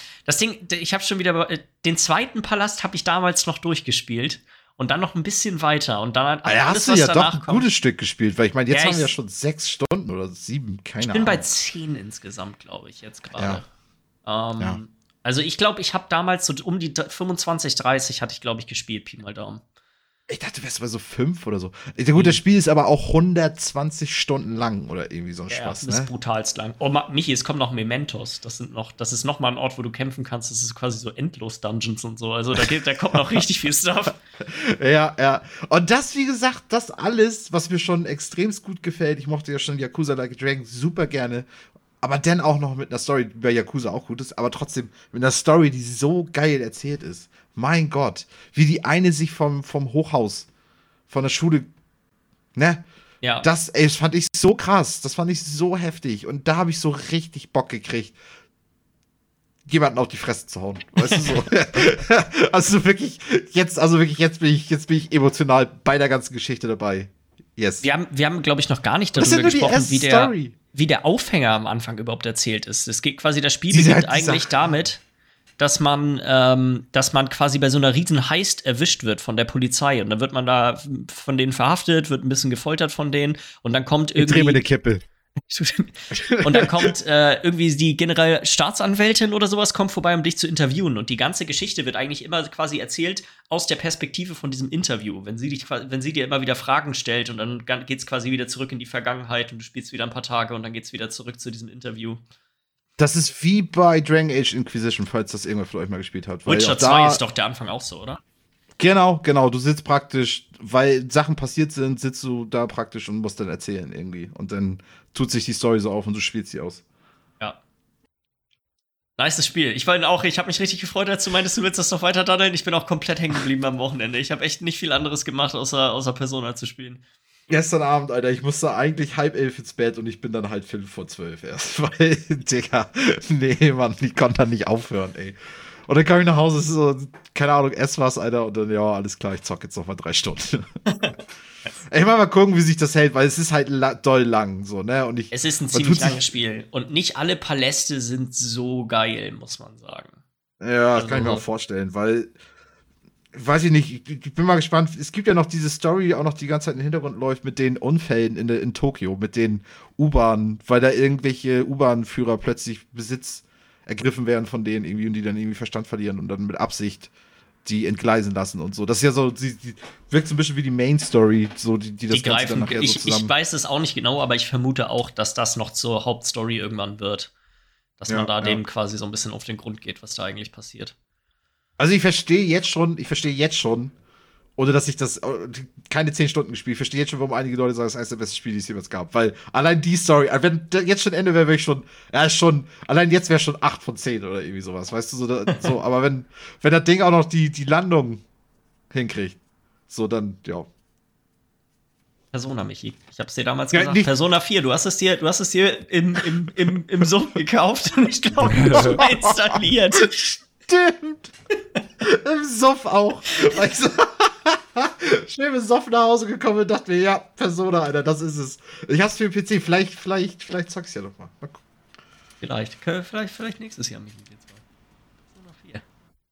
den zweiten Palast habe ich damals noch durchgespielt und dann noch ein bisschen weiter und dann hast du ja doch ein gutes Stück gespielt, weil ich meine, jetzt haben wir ja schon 6 Stunden oder 7, keine Ahnung. Ich bin bei 10 insgesamt, glaube ich, jetzt gerade. Ja. Also ich glaube, ich habe damals so um die 25, 30 hatte ich, glaube ich, gespielt, Pi mal Daumen. Ich dachte, du wärst bei so 5 oder so. Gut, das Spiel ist aber auch 120 Stunden lang oder irgendwie so ein Spaß, das ist ne? brutalst lang. Oh, Michi, es kommen noch Mementos. Das ist noch mal ein Ort, wo du kämpfen kannst. Das ist quasi so Endlos-Dungeons und so. Also da kommt noch richtig viel Stuff. Ja. Und das, wie gesagt, das alles, was mir schon extremst gut gefällt. Ich mochte ja schon Yakuza Like a Dragon super gerne. Aber dann auch noch mit einer Story, die bei Yakuza auch gut ist, aber trotzdem mit einer Story, die so geil erzählt ist. Mein Gott, wie die eine sich vom Hochhaus, von der Schule, ne? Ja. Das fand ich so krass, das fand ich so heftig. Und da habe ich so richtig Bock gekriegt, jemanden auf die Fresse zu hauen. Weißt du so? Also wirklich, jetzt bin ich emotional bei der ganzen Geschichte dabei. Yes. Wir haben, glaube ich, noch gar nicht darüber gesprochen, wie der Aufhänger am Anfang überhaupt erzählt ist. Es geht quasi, das Spiel beginnt eigentlich damit, dass man quasi bei so einer riesen Heist erwischt wird von der Polizei. Und dann wird man da von denen verhaftet, wird ein bisschen gefoltert von denen. Und dann kommt irgendwie. Ich dreh mir eine Kippe. Und dann kommt irgendwie die Generalstaatsanwältin oder sowas kommt vorbei, um dich zu interviewen. Und die ganze Geschichte wird eigentlich immer quasi erzählt aus der Perspektive von diesem Interview. Wenn sie dir immer wieder Fragen stellt und dann geht's quasi wieder zurück in die Vergangenheit und du spielst wieder ein paar Tage und dann geht's wieder zurück zu diesem Interview. Das ist wie bei Dragon Age Inquisition, falls das irgendwer von euch mal gespielt hat. Witcher 2 ist doch der Anfang auch so, oder? Genau. Du sitzt praktisch, weil Sachen passiert sind, sitzt du da praktisch und musst dann erzählen irgendwie. Und dann tut sich die Story so auf und du spielst sie aus. Ja. Nice Spiel. Ich habe mich richtig gefreut, als du meintest, du willst das noch weiter daddeln. Ich bin auch komplett hängen geblieben am Wochenende. Ich habe echt nicht viel anderes gemacht, außer Persona zu spielen. Gestern Abend, Alter, ich musste eigentlich 10:30 ins Bett und ich bin dann halt 11:45 erst. Weil, Digga, nee, Mann, ich konnte dann nicht aufhören, ey. Und dann kam ich nach Hause, es ist so, keine Ahnung, ess was, Alter, und dann, ja, alles klar, ich zock jetzt noch mal 3 Stunden. Ich mal gucken, wie sich das hält, weil es ist halt doll lang, so, ne? Und es ist ein ziemlich langes Spiel. Und nicht alle Paläste sind so geil, muss man sagen. Ja, das kann ich mir auch vorstellen, weil, weiß ich nicht, ich bin mal gespannt. Es gibt ja noch diese Story, auch noch die ganze Zeit im Hintergrund läuft mit den Unfällen in Tokio, mit den U-Bahnen, weil da irgendwelche U-Bahn-Führer plötzlich Besitz ergriffen werden von denen irgendwie und die dann irgendwie Verstand verlieren und dann mit Absicht die entgleisen lassen und so. Das ist ja so, die wirkt so ein bisschen wie die Main-Story, so die das Ganze dann nachher so zusammen. Ich weiß es auch nicht genau, aber ich vermute auch, dass das noch zur Hauptstory irgendwann wird. Dass man da dem quasi so ein bisschen auf den Grund geht, was da eigentlich passiert. Also ich verstehe jetzt schon, ohne dass ich das keine 10 Stunden gespielt, ich verstehe jetzt schon, warum einige Leute sagen, das ist eines der besten Spiele, die es jemals gab. Weil allein die Story, wenn jetzt schon Ende wäre, wäre ich schon, allein jetzt wäre schon 8 von 10 oder irgendwie sowas, weißt du, so, aber wenn das Ding auch noch die Landung hinkriegt, so dann, ja. Persona, Michi. Ich hab's dir damals gesagt. Persona 4, du hast es dir im Sumpf gekauft und ich glaube, schon mal installiert. Stimmt. Im Suff auch. Weißt du? Schnell mit Suff nach Hause gekommen und dachte mir, ja, Persona, Alter, das ist es. Ich hab's für den PC, vielleicht zock's ja noch mal. Vielleicht nächstes Jahr, Michi. Persona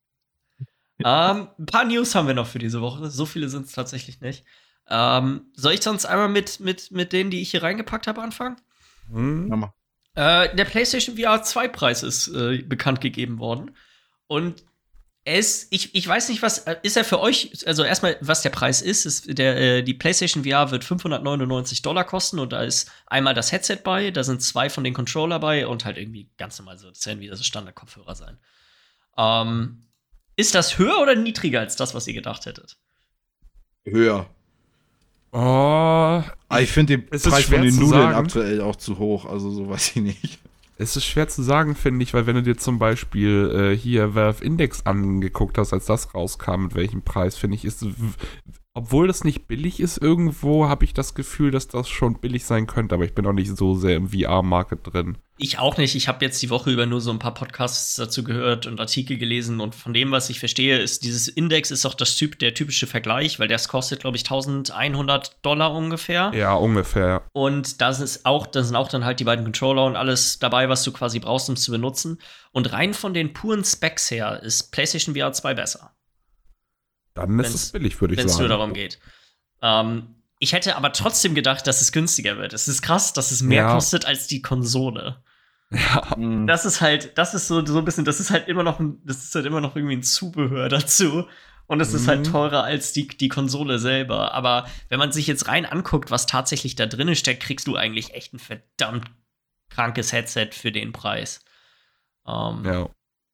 4. Ein paar News haben wir noch für diese Woche. So viele sind es tatsächlich nicht. Soll ich sonst einmal mit denen, die ich hier reingepackt habe, anfangen? Der PlayStation VR 2 Preis ist bekannt gegeben worden. Und ich weiß nicht, was ist er für euch, also erstmal, was der Preis ist die PlayStation VR wird $599 kosten und da ist einmal das Headset bei, da sind 2 von den Controller bei und halt irgendwie ganz normal so, das werden wieder so Standard-Kopfhörer sein. Ist das höher oder niedriger als das, was ihr gedacht hättet? Höher. Oh, ich finde den Preis von den Nudeln aktuell auch zu hoch, also so weiß ich nicht. Es ist schwer zu sagen, finde ich, weil wenn du dir zum Beispiel hier Valve Index angeguckt hast, als das rauskam, mit welchem Preis, finde ich, ist, obwohl das nicht billig ist irgendwo, habe ich das Gefühl, dass das schon billig sein könnte, aber ich bin auch nicht so sehr im VR-Market drin. Ich auch nicht. Ich habe jetzt die Woche über nur so ein paar Podcasts dazu gehört und Artikel gelesen und von dem, was ich verstehe, ist dieses Index ist auch der typische Vergleich, weil das kostet, glaube ich, $1.100 ungefähr. Ja, ungefähr. Und da sind auch dann halt die beiden Controller und alles dabei, was du quasi brauchst, um es zu benutzen. Und rein von den puren Specs her ist PlayStation VR 2 besser. Dann ist es billig, würde ich sagen. Wenn es nur darum geht. Ich hätte aber trotzdem gedacht, dass es günstiger wird. Es ist krass, dass es mehr kostet als die Konsole. Ja. Das ist so ein bisschen, das ist halt immer noch irgendwie ein Zubehör dazu. Und es ist halt teurer als die Konsole selber. Aber wenn man sich jetzt rein anguckt, was tatsächlich da drin steckt, kriegst du eigentlich echt ein verdammt krankes Headset für den Preis. Ja.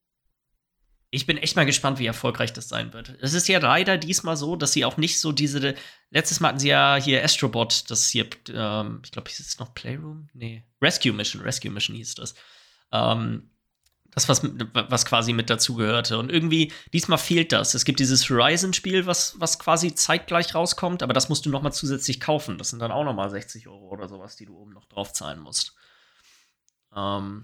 Ich bin echt mal gespannt, wie erfolgreich das sein wird. Es ist ja leider diesmal so, dass sie auch nicht so letztes Mal hatten sie ja hier Astrobot, das hier, ich glaube, hieß es noch Playroom? Nee, Rescue Mission hieß das. Das, was quasi mit dazugehörte. Und irgendwie, diesmal fehlt das. Es gibt dieses Horizon-Spiel, was quasi zeitgleich rauskommt, aber das musst du noch mal zusätzlich kaufen. Das sind dann auch noch mal 60 € oder sowas, die du oben noch drauf zahlen musst. So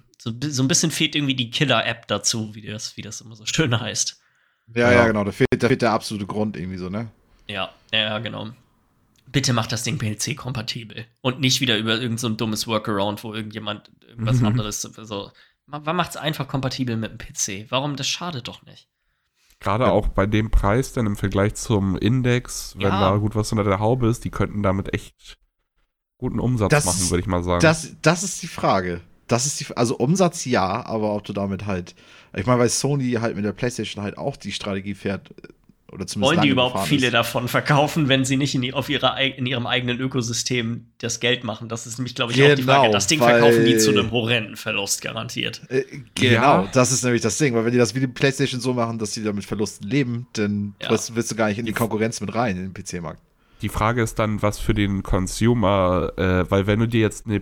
ein bisschen fehlt irgendwie die Killer-App dazu, wie das immer so schön heißt. Ja, genau. Da fehlt der absolute Grund irgendwie so, ne? Ja, genau. Bitte macht das Ding PC-kompatibel. Und nicht wieder über irgend so ein dummes Workaround, wo irgendjemand irgendwas anderes so. Man macht es einfach kompatibel mit dem PC. Warum? Das schadet doch nicht. Gerade auch bei dem Preis, dann im Vergleich zum Index, wenn da gut was unter der Haube ist, die könnten damit echt guten Umsatz machen, würde ich mal sagen. Das ist die Frage. Also Umsatz ja, aber ob du damit halt, ich meine, weil Sony halt mit der PlayStation halt auch die Strategie fährt, oder zumindest wollen die überhaupt viele davon verkaufen, wenn sie nicht in ihrem eigenen Ökosystem das Geld machen? Das ist nämlich, glaube ich, auch die Frage. Das Ding verkaufen die zu einem horrenden Verlust garantiert. Genau, das ist nämlich das Ding. Weil wenn die das wie die PlayStation so machen, dass die da mit Verlusten leben, dann willst du gar nicht in die Konkurrenz mit rein, in den PC-Markt. Die Frage ist dann, was für den Consumer, weil wenn du dir jetzt eine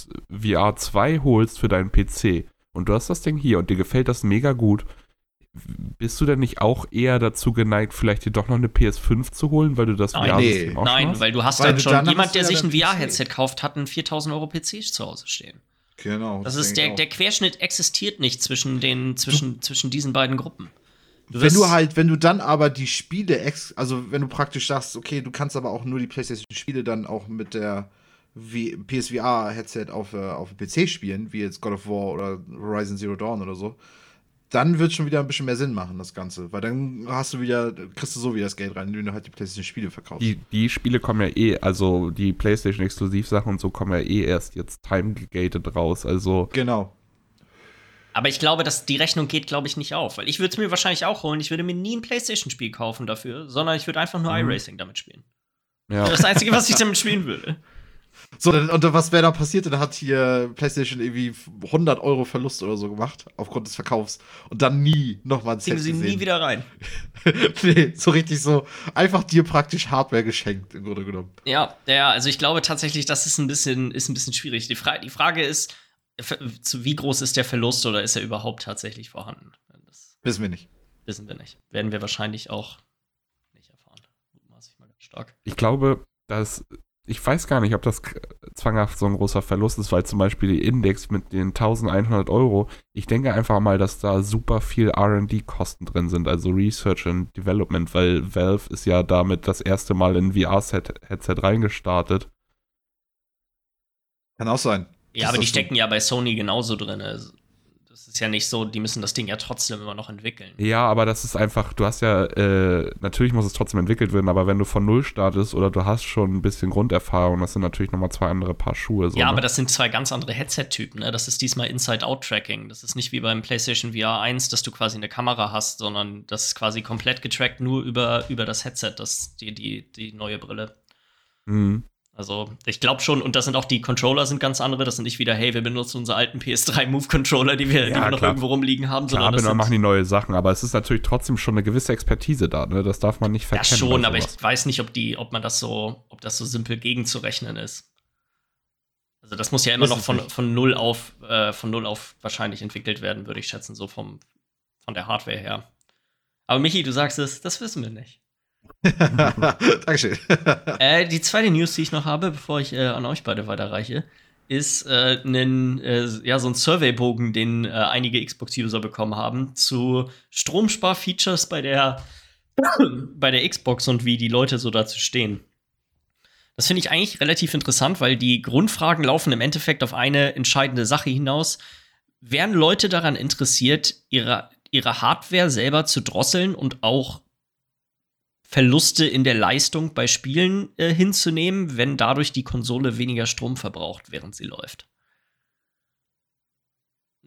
PSVR 2 holst für deinen PC und du hast das Ding hier und dir gefällt das mega gut, bist du denn nicht auch eher dazu geneigt, vielleicht dir doch noch eine PS5 zu holen, weil du das VR-System auch hast? Weil du hast dann schon, jemand, der sich ein VR-Headset kauft, hat einen 4.000 € PC zu Hause stehen. Genau. Das ist der Querschnitt existiert nicht zwischen diesen beiden Gruppen. Wenn du dann aber die Spiele, also wenn du praktisch sagst, okay, du kannst aber auch nur die PlayStation-Spiele dann auch mit der PSVR-Headset auf dem PC spielen, wie jetzt God of War oder Horizon Zero Dawn oder so, dann wird schon wieder ein bisschen mehr Sinn machen, das Ganze. Weil dann kriegst du so wieder das Geld rein, wenn du halt die PlayStation-Spiele verkaufst. Die Spiele kommen ja also die PlayStation-Exklusivsachen und so kommen ja erst jetzt time-gated raus, also. Genau. Aber ich glaube, dass die Rechnung geht, glaube ich, nicht auf. Weil ich würde es mir wahrscheinlich auch holen. Ich würde mir nie ein PlayStation-Spiel kaufen dafür, sondern ich würde einfach nur iRacing damit spielen. Ja. Das ist das Einzige, was ich damit spielen würde. So, und was wäre da passiert? Da hat hier PlayStation irgendwie 100 € Verlust oder so gemacht, aufgrund des Verkaufs. Und dann nie nochmal ein Set gesehen. Sie nie wieder rein. Nee, so richtig so. Einfach dir praktisch Hardware geschenkt, im Grunde genommen. Ja, also ich glaube tatsächlich, das ist ein bisschen schwierig. Die Frage ist, wie groß ist der Verlust oder ist er überhaupt tatsächlich vorhanden? Das wissen wir nicht. Werden wir wahrscheinlich auch nicht erfahren. Mutmaßlich mal ganz stark. Ich glaube, ich weiß gar nicht, ob das zwanghaft so ein großer Verlust ist, weil zum Beispiel die Index mit den 1.100 €, ich denke einfach mal, dass da super viel R&D-Kosten drin sind, also Research and Development, weil Valve ist ja damit das erste Mal in VR-Headset reingestartet. Kann auch sein. Ja, aber die stecken ja bei Sony genauso drin. Also, das ist ja nicht so, die müssen das Ding ja trotzdem immer noch entwickeln. Ja, aber das ist einfach, du hast ja, natürlich muss es trotzdem entwickelt werden, aber wenn du von Null startest oder du hast schon ein bisschen Grunderfahrung, das sind natürlich nochmal 2 andere Paar Schuhe. So, ja, aber das sind 2 ganz andere Headset-Typen, ne? Das ist diesmal Inside-Out-Tracking. Das ist nicht wie beim PlayStation VR 1, dass du quasi eine Kamera hast, sondern das ist quasi komplett getrackt nur über das Headset, die neue Brille. Mhm. Also, ich glaube schon, und das sind auch die Controller sind ganz andere. Das sind nicht wieder, hey, wir benutzen unsere alten PS3 Move-Controller, die wir noch irgendwo rumliegen haben. Klar, dann machen die neue Sachen, aber es ist natürlich trotzdem schon eine gewisse Expertise da, ne? Das darf man nicht verkennen. Ja, schon, aber ich weiß nicht, ob das so simpel gegenzurechnen ist. Also, das muss ja immer noch von Null auf wahrscheinlich entwickelt werden, würde ich schätzen, so von der Hardware her. Aber Michi, du sagst es, das wissen wir nicht. Dankeschön. Die zweite News, die ich noch habe, bevor ich an euch beide weiterreiche, ist so ein Surveybogen, den einige Xbox-User bekommen haben, zu Stromspar-Features bei der Xbox und wie die Leute so dazu stehen. Das finde ich eigentlich relativ interessant, weil die Grundfragen laufen im Endeffekt auf eine entscheidende Sache hinaus. Wären Leute daran interessiert, ihre Hardware selber zu drosseln und auch Verluste in der Leistung bei Spielen hinzunehmen, wenn dadurch die Konsole weniger Strom verbraucht, während sie läuft?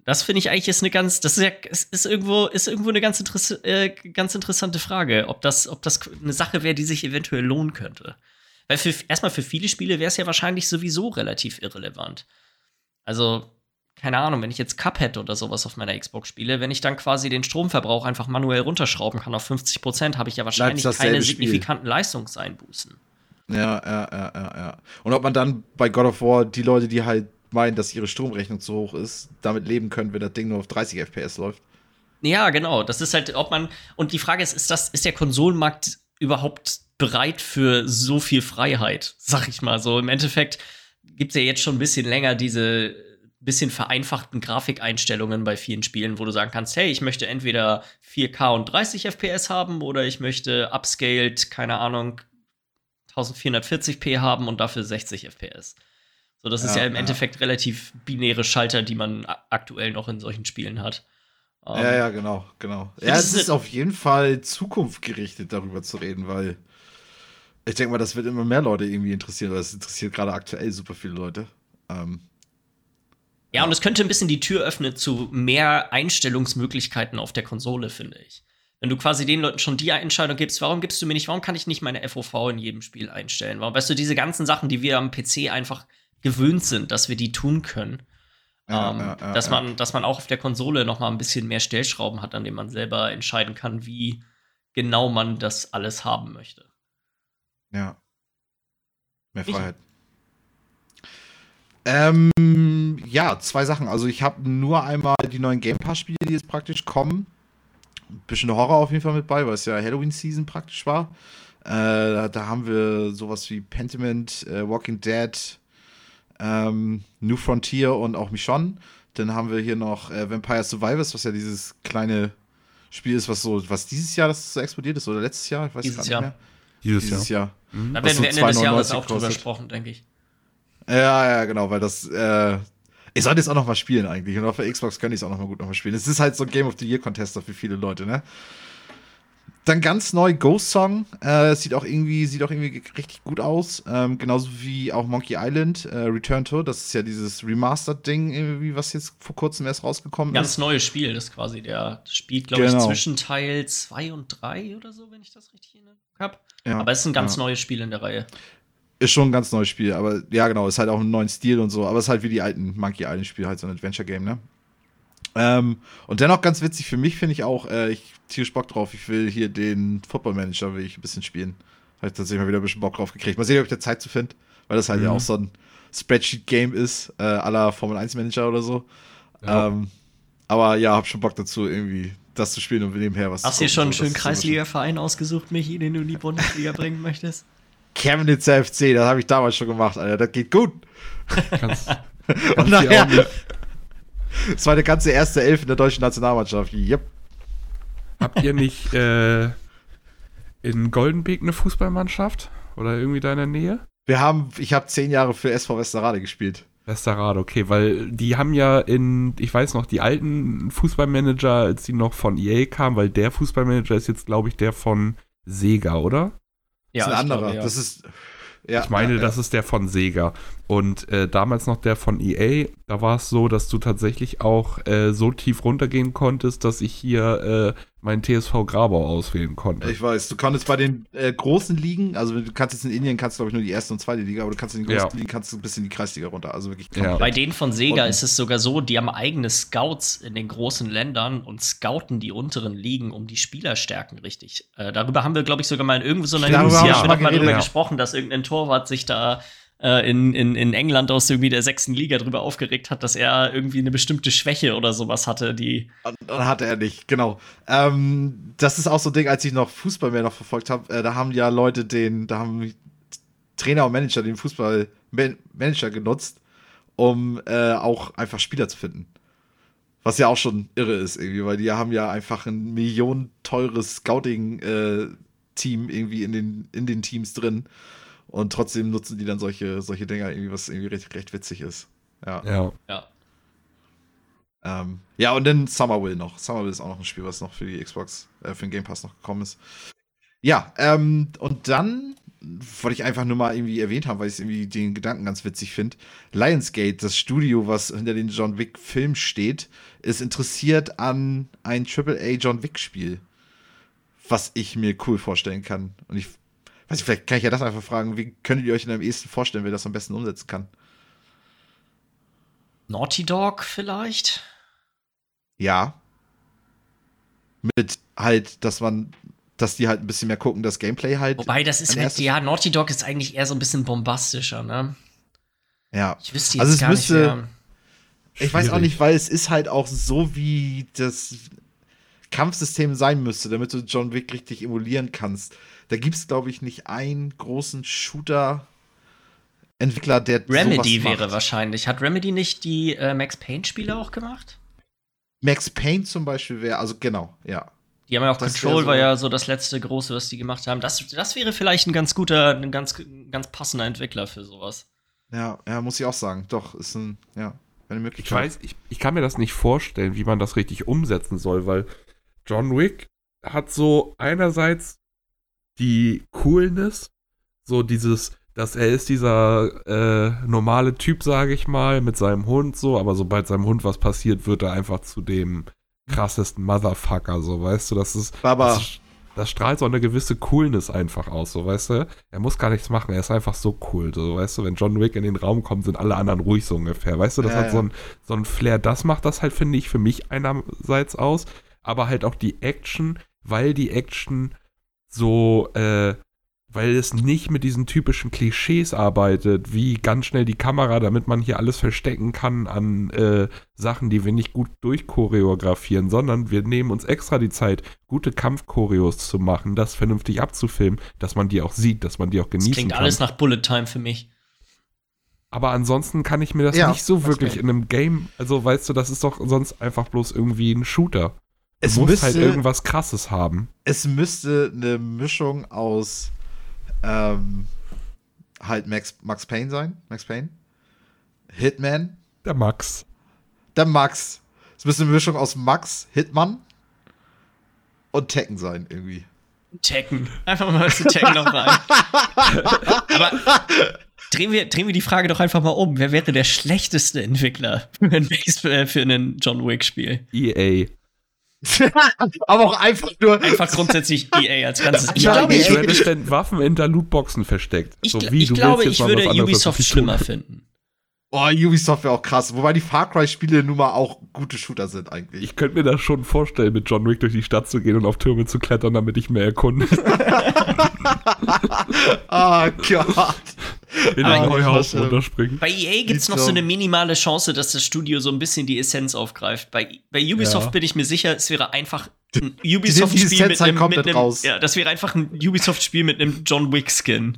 Das finde ich eigentlich ist irgendwo eine ganz interessante Frage, ob das eine Sache wäre, die sich eventuell lohnen könnte. Weil erstmal für viele Spiele wäre es ja wahrscheinlich sowieso relativ irrelevant. Also, keine Ahnung, wenn ich jetzt Cuphead oder sowas auf meiner Xbox spiele, wenn ich dann quasi den Stromverbrauch einfach manuell runterschrauben kann auf 50%, habe ich ja wahrscheinlich keine signifikanten Leistungseinbußen. Ja. Und ob man dann bei God of War die Leute, die halt meinen, dass ihre Stromrechnung zu hoch ist, damit leben können, wenn das Ding nur auf 30 FPS läuft. Ja, genau. Das ist halt, und die Frage ist der Konsolenmarkt überhaupt bereit für so viel Freiheit, sag ich mal so. Im Endeffekt gibt es ja jetzt schon ein bisschen länger diese bisschen vereinfachten Grafikeinstellungen bei vielen Spielen, wo du sagen kannst, hey, ich möchte entweder 4K und 30 FPS haben oder ich möchte upscaled, keine Ahnung, 1440p haben und dafür 60 FPS. So, das ist ja im Endeffekt relativ binäre Schalter, die man aktuell noch in solchen Spielen hat. Ja, genau. Ja, es ist auf jeden Fall zukunftsgerichtet, darüber zu reden, weil ich denke mal, das wird immer mehr Leute irgendwie interessieren, weil es interessiert gerade aktuell super viele Leute. Ja, und es könnte ein bisschen die Tür öffnen zu mehr Einstellungsmöglichkeiten auf der Konsole, finde ich. Wenn du quasi den Leuten schon die Entscheidung gibst, warum kann ich nicht meine FOV in jedem Spiel einstellen? Warum, weißt du, diese ganzen Sachen, die wir am PC einfach gewöhnt sind, dass wir die tun können. Dass man auch auf der Konsole noch mal ein bisschen mehr Stellschrauben hat, an denen man selber entscheiden kann, wie genau man das alles haben möchte. Ja. Mehr Freiheit. Ja, 2 Sachen. Also ich habe nur einmal die neuen Game Pass-Spiele, die jetzt praktisch kommen. Ein bisschen Horror auf jeden Fall mit bei, weil es ja Halloween-Season praktisch war. Da haben wir sowas wie Pentiment, Walking Dead, New Frontier und auch Michonne. Dann haben wir hier noch Vampire Survivors, was ja dieses kleine Spiel ist, was dieses Jahr das so explodiert ist oder letztes Jahr, ich weiß gar nicht mehr. Dieses Jahr. Da werden wir Ende des Jahres auch drüber sprechen, denke ich. Ja, genau, weil das ich sollte es auch noch mal spielen eigentlich und auf der Xbox könnte ich es auch noch mal spielen. Es ist halt so ein Game of the Year Contester für viele Leute, ne? Dann ganz neu Ghost Song. Sieht auch irgendwie richtig gut aus. Genauso wie auch Monkey Island Return to. Das ist ja dieses Remastered-Ding, irgendwie, was jetzt vor kurzem erst rausgekommen ist. Ganz neues Spiel, das quasi. Das spielt, glaube ich, zwischen Teil 2 und 3 oder so, wenn ich das richtig erinnere habe. Ja, aber es ist ein ganz neues Spiel in der Reihe. Ist schon ein ganz neues Spiel, aber ja, genau, ist halt auch einen neuen Stil und so. Aber es ist halt wie die alten Monkey Island-Spiele, halt so ein Adventure-Game, ne? Und dennoch ganz witzig für mich, finde ich auch, ich tierisch Bock drauf, ich will hier den Football Manager will ich ein bisschen spielen. Habe ich tatsächlich mal wieder ein bisschen Bock drauf gekriegt. Mal sehen, ob ich da Zeit zu finde, weil das halt ja auch so ein Spreadsheet-Game ist, à la Formel 1 Manager oder so. Ja. Aber ja, hab schon Bock dazu, irgendwie das zu spielen und nebenher was zu Hast du dir schon einen schönen Kreisliga-Verein ausgesucht, Michi, den du in die Bundesliga bringen möchtest? Chemnitzer FC, das habe ich damals schon gemacht, Alter, das geht gut. Und nachher es war eine ganze erste Elf in der deutschen Nationalmannschaft. Yep. Habt ihr nicht in Goldenbeek eine Fußballmannschaft? Oder irgendwie da in der Nähe? Ich habe 10 Jahre für SV Westerrade gespielt. Westerrade, okay, weil die haben ja ich weiß noch, die alten Fußballmanager, als die noch von EA kamen, weil der Fußballmanager ist jetzt, glaube ich, der von Sega, oder? Ja, das ist ein anderer. Glaube, ja. Das ist ich meine, das ist der von Sega. Und damals noch der von EA, da war es so, dass du tatsächlich auch so tief runtergehen konntest, dass ich hier meinen TSV Grabau auswählen konnte. Ich weiß, du konntest bei den großen Ligen, also du kannst jetzt in Indien, glaube ich, nur die erste und zweite Liga, aber du kannst in den großen Ligen kannst du bis in die Kreisliga runter. Also wirklich komplett. Bei denen von Sega ist es sogar so, die haben eigene Scouts in den großen Ländern und scouten die unteren Ligen, um die Spielerstärken richtig. Darüber haben wir, glaube ich, sogar mal in irgendwo so einer News hier mal drüber gesprochen, dass irgendein Torwart sich da in England aus irgendwie der 6. Liga drüber aufgeregt hat, dass er irgendwie eine bestimmte Schwäche oder sowas hatte, die. Und hatte er nicht, genau. Das ist auch so ein Ding, als ich noch Fußball mehr noch verfolgt habe, da haben ja Leute da haben Trainer und Manager den Fußballmanager genutzt, um auch einfach Spieler zu finden. Was ja auch schon irre ist irgendwie, weil die haben ja einfach ein millionenteures Scouting-Team irgendwie in den Teams drin. Und trotzdem nutzen die dann solche Dinger irgendwie, was irgendwie recht witzig ist. Ja. Ja, und dann Summerville noch. Summerville ist auch noch ein Spiel, was noch für die Xbox, für den Game Pass noch gekommen ist. Ja, und dann wollte ich einfach nur mal irgendwie erwähnt haben, weil ich irgendwie den Gedanken ganz witzig finde. Lionsgate, das Studio, was hinter den John Wick-Filmen steht, ist interessiert an ein AAA John Wick-Spiel. Was ich mir cool vorstellen kann. Und ich weiß nicht, vielleicht kann ich ja das einfach fragen, wie könntet ihr euch denn am ehesten vorstellen, wer das am besten umsetzen kann? Naughty Dog vielleicht? Ja. Mit halt, dass die halt ein bisschen mehr gucken, das Gameplay halt. Wobei, das ist halt, ja, Naughty Dog ist eigentlich eher so ein bisschen bombastischer, ne? Ja. Ich wüsste jetzt gar nicht mehr. Ich weiß auch nicht, weil es ist halt auch so, wie das Kampfsystem sein müsste, damit du John Wick richtig emulieren kannst. Da gibt es, glaube ich, nicht einen großen Shooter-Entwickler, der Remedy sowas macht. wäre wahrscheinlich. Hat Remedy nicht die Max Payne-Spiele auch gemacht? Max Payne zum Beispiel wäre, also genau, ja. Die haben ja auch Das Control, wär so- war ja so das letzte große, was die gemacht haben. Das wäre vielleicht ein ganz passender Entwickler für sowas. Ja, muss ich auch sagen. Doch, ist eine Ich Möglichkeit. weiß, ich kann mir das nicht vorstellen, wie man das richtig umsetzen soll, weil John Wick hat so einerseits die Coolness, so dass er ist dieser normale Typ, sage ich mal, mit seinem Hund so, aber sobald seinem Hund was passiert, wird er einfach zu dem krassesten Motherfucker, so, weißt du, das strahlt so eine gewisse Coolness einfach aus, so, weißt du, er muss gar nichts machen, er ist einfach so cool, so, weißt du, wenn John Wick in den Raum kommt, sind alle anderen ruhig, so ungefähr, weißt du, das hat so ein Flair, das macht das halt, finde ich, für mich einerseits aus, aber halt auch die Action, weil die Action so, weil es nicht mit diesen typischen Klischees arbeitet, wie ganz schnell die Kamera, damit man hier alles verstecken kann an Sachen, die wir nicht gut durchchoreografieren, sondern wir nehmen uns extra die Zeit, gute Kampfchoreos zu machen, das vernünftig abzufilmen, dass man die auch sieht, dass man die auch genießen kann. Das klingt alles nach Bullet Time für mich. Aber ansonsten kann ich mir das nicht so wirklich in einem Game, also weißt du, das ist doch sonst einfach bloß irgendwie ein Shooter. Du musst halt irgendwas Krasses haben. Es müsste eine Mischung aus halt Max Payne sein. Max Payne. Hitman. Der Max. Es müsste eine Mischung aus Max, Hitman und Tekken sein, irgendwie. Tekken. Einfach mal zu Tekken noch rein. Aber drehen wir die Frage doch einfach mal um. Wer wäre der schlechteste Entwickler für ein John Wick-Spiel? EA. Aber auch einfach nur. Einfach grundsätzlich EA als ganzes. Ich glaube, ich hätte Waffen hinter Lootboxen versteckt. Ich glaube, ich würde Ubisoft schlimmer finden. Oh, Ubisoft wäre auch krass. Wobei die Far Cry-Spiele nun mal auch gute Shooter sind eigentlich. Ich könnte mir das schon vorstellen, mit John Wick durch die Stadt zu gehen und auf Türme zu klettern, damit ich mehr erkunde. Oh Gott. In ein Heuhaus runterspringen. Bei EA gibt es noch so eine minimale Chance, dass das Studio so ein bisschen die Essenz aufgreift. Bei Ubisoft bin ich mir sicher, es wäre einfach ein Ubisoft-Spiel mit einem ja, das wäre einfach ein Ubisoft-Spiel mit einem John Wick-Skin.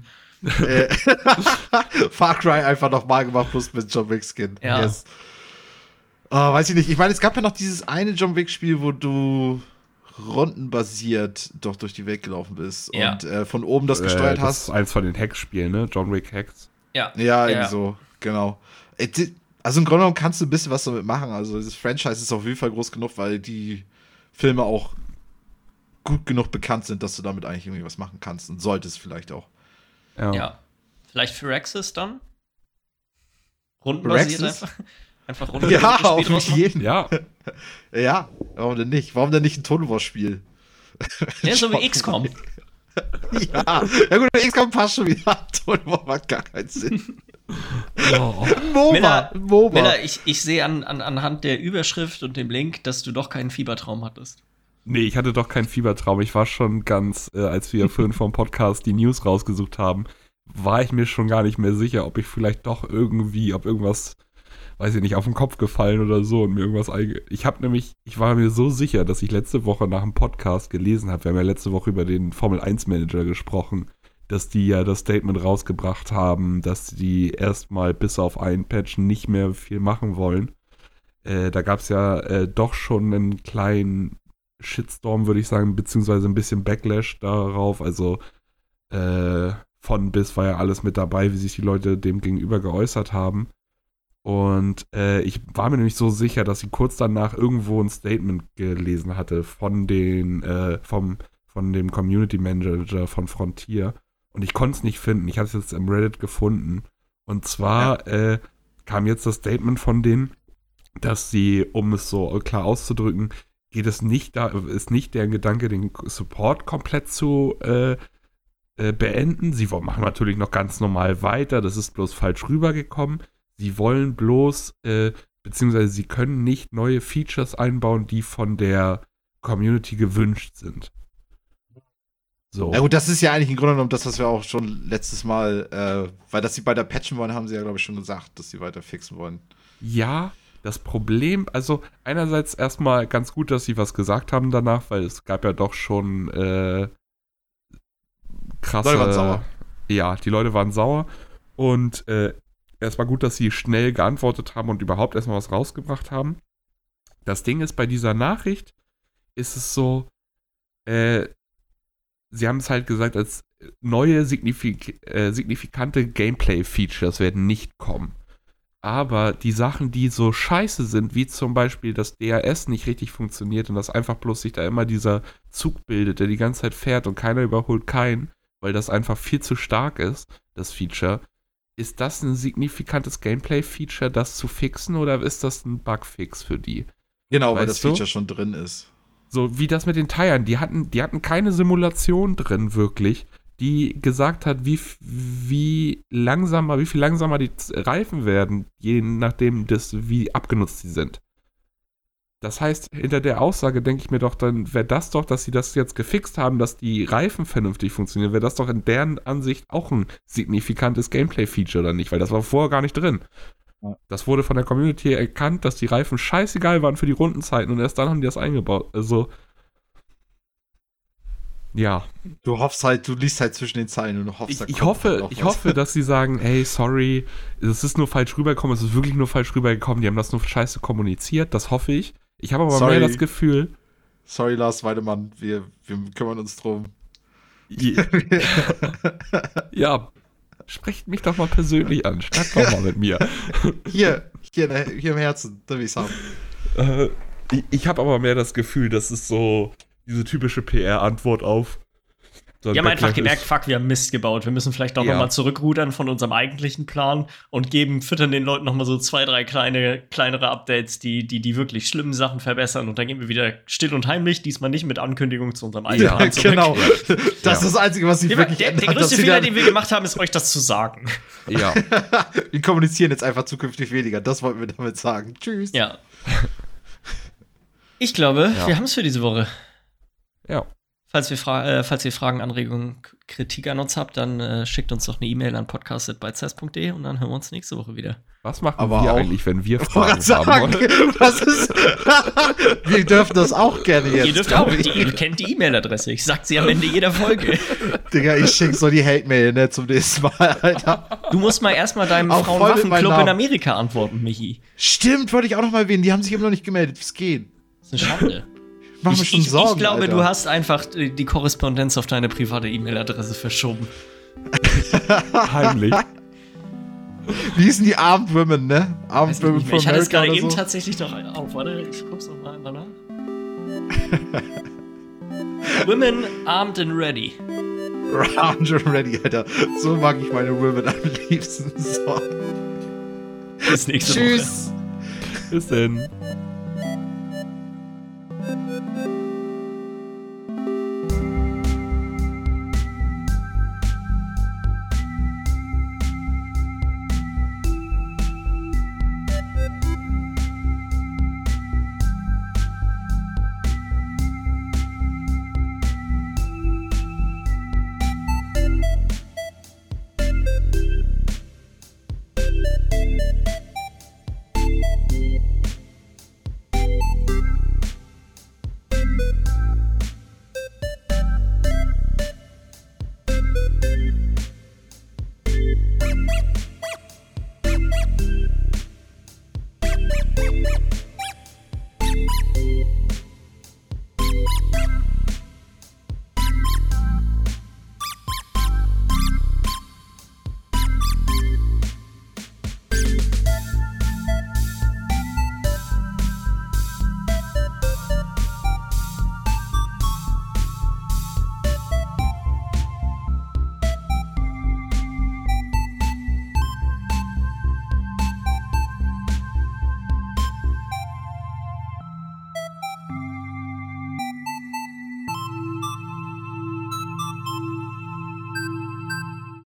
Far Cry einfach nochmal gemacht, plus mit John Wick-Skin. Ja. Yes. Weiß ich nicht. Ich meine, es gab ja noch dieses eine John Wick-Spiel, wo du rundenbasiert doch durch die Welt gelaufen bist und von oben das gesteuert hast. Das ist eins von den Hacks-Spielen, ne? John Wick Hacks. Ja, irgendwie so, genau. Also im Grunde genommen kannst du ein bisschen was damit machen. Also dieses Franchise ist auf jeden Fall groß genug, weil die Filme auch gut genug bekannt sind, dass du damit eigentlich irgendwie was machen kannst und solltest vielleicht auch. Ja. Vielleicht für Firaxis dann? Rundenbasiert einfach rundenbasiert. Ja, auf jeden. Ja. Ja, warum denn nicht? Warum denn nicht ein Total War-Spiel? Ja, so wie XCOM. Ja gut, XCOM passt schon wieder. Total War macht gar keinen Sinn. Oh. MOBA. Miller, ich sehe anhand der Überschrift und dem Link, dass du doch keinen Fiebertraum hattest. Nee, ich hatte doch keinen Fiebertraum. Ich war schon ganz, als wir vorhin vom Podcast die News rausgesucht haben, war ich mir schon gar nicht mehr sicher, ob ich vielleicht doch irgendwie, ob irgendwas, weiß ich nicht, auf den Kopf gefallen oder so und mir irgendwas ich war mir so sicher, dass ich letzte Woche nach dem Podcast gelesen habe, wir haben ja letzte Woche über den Formel-1-Manager gesprochen, dass die ja das Statement rausgebracht haben, dass die erstmal bis auf einen Patch nicht mehr viel machen wollen. Da gab es ja doch schon einen kleinen Shitstorm, würde ich sagen, beziehungsweise ein bisschen Backlash darauf, also von bis war ja alles mit dabei, wie sich die Leute dem gegenüber geäußert haben. Und ich war mir nämlich so sicher, dass sie kurz danach irgendwo ein Statement gelesen hatte von dem Community Manager von Frontier. und ich konnte es nicht finden. Ich habe es jetzt im Reddit gefunden. Und zwar kam jetzt das Statement von denen, dass sie, um es so klar auszudrücken, ist nicht deren Gedanke, den Support komplett zu beenden. Sie machen natürlich noch ganz normal weiter, das ist bloß falsch rübergekommen. Sie wollen bloß, beziehungsweise sie können nicht neue Features einbauen, die von der Community gewünscht sind. So. Ja gut, das ist ja eigentlich im Grunde genommen das, was wir auch schon letztes Mal, weil dass sie weiter patchen wollen, haben sie ja, glaube ich, schon gesagt, dass sie weiter fixen wollen. Ja, das Problem, also einerseits erstmal ganz gut, dass sie was gesagt haben danach, weil es gab ja doch schon krasse... Leute waren sauer. Ja, die Leute waren sauer und es war gut, dass sie schnell geantwortet haben und überhaupt erstmal was rausgebracht haben. Das Ding ist, bei dieser Nachricht ist es so, sie haben es halt gesagt, als neue signifikante Gameplay-Features werden nicht kommen. Aber die Sachen, die so scheiße sind, wie zum Beispiel, dass DRS nicht richtig funktioniert und dass einfach bloß sich da immer dieser Zug bildet, der die ganze Zeit fährt und keiner überholt keinen, weil das einfach viel zu stark ist, das Feature. Ist das ein signifikantes Gameplay-Feature, das zu fixen, oder ist das ein Bugfix für die? Genau, weil das Feature schon drin ist. So wie das mit den Teilen. Die hatten keine Simulation drin, wirklich, die gesagt hat, wie viel langsamer die Reifen werden, je nachdem, wie abgenutzt sie sind. Das heißt, hinter der Aussage denke ich mir doch, dann wäre das doch, dass sie das jetzt gefixt haben, dass die Reifen vernünftig funktionieren, wäre das doch in deren Ansicht auch ein signifikantes Gameplay-Feature, oder nicht? Weil das war vorher gar nicht drin. Ja. Das wurde von der Community erkannt, dass die Reifen scheißegal waren für die Rundenzeiten und erst dann haben die das eingebaut. Also, ja. Du liest halt zwischen den Zeilen und hoffst, ich hoffe, dass sie sagen, hey, sorry, es ist nur falsch rübergekommen, es ist wirklich nur falsch rübergekommen, die haben das nur scheiße kommuniziert, das hoffe ich. Ich habe aber mehr das Gefühl... Sorry, Lars Weidemann, wir kümmern uns drum. Ja, sprecht mich doch mal persönlich an, schreibt doch mal mit mir. Hier im Herzen, da will ich's haben. Ich habe aber mehr das Gefühl, das ist so diese typische PR-Antwort auf. Wir haben einfach gemerkt, fuck, wir haben Mist gebaut. Wir müssen vielleicht doch nochmal zurückrudern von unserem eigentlichen Plan und füttern den Leuten nochmal so 2, 3 kleinere Updates, die wirklich schlimmen Sachen verbessern. Und dann gehen wir wieder still und heimlich, diesmal nicht mit Ankündigung zu unserem eigenen Plan zurück. Genau. Das ist das Einzige, was sie wirklich ändert. Der größte Fehler, den wir gemacht haben, ist, euch das zu sagen. Ja. Wir kommunizieren jetzt einfach zukünftig weniger. Das wollten wir damit sagen. Tschüss. Ja. Ich glaube, wir haben es für diese Woche. Ja. Falls ihr Fragen, Anregungen, Kritik an uns habt, dann schickt uns doch eine E-Mail an podcast@bytecess.de und dann hören wir uns nächste Woche wieder. Was machen wir eigentlich, wenn wir Fragen haben? Wir dürfen das auch gerne jetzt. Ihr dürft auch. Ihr kennt die E-Mail-Adresse. Ich sag sie am Ende jeder Folge. Digga, ich schick so die Hate-Mail, zum nächsten Mal, Alter. Du musst mal erstmal deinem Frauenwaffenclub in Amerika antworten, Michi. Stimmt, wollte ich auch noch mal erwähnen. Die haben sich immer noch nicht gemeldet. Was geht? Das ist eine Schande. Mach mir schon Sorgen, ich glaube, Alter. du hast einfach die Korrespondenz auf deine private E-Mail-Adresse verschoben. Heimlich. Wie hießen die Armed Women, ne? Armed Women von America. Ich hatte es gerade eben tatsächlich noch auf. Warte, ich guck's noch mal nach. Women armed and ready. Armed and ready, Alter. So mag ich meine Women am liebsten. So. Bis nächste Woche. Tschüss. Bis denn.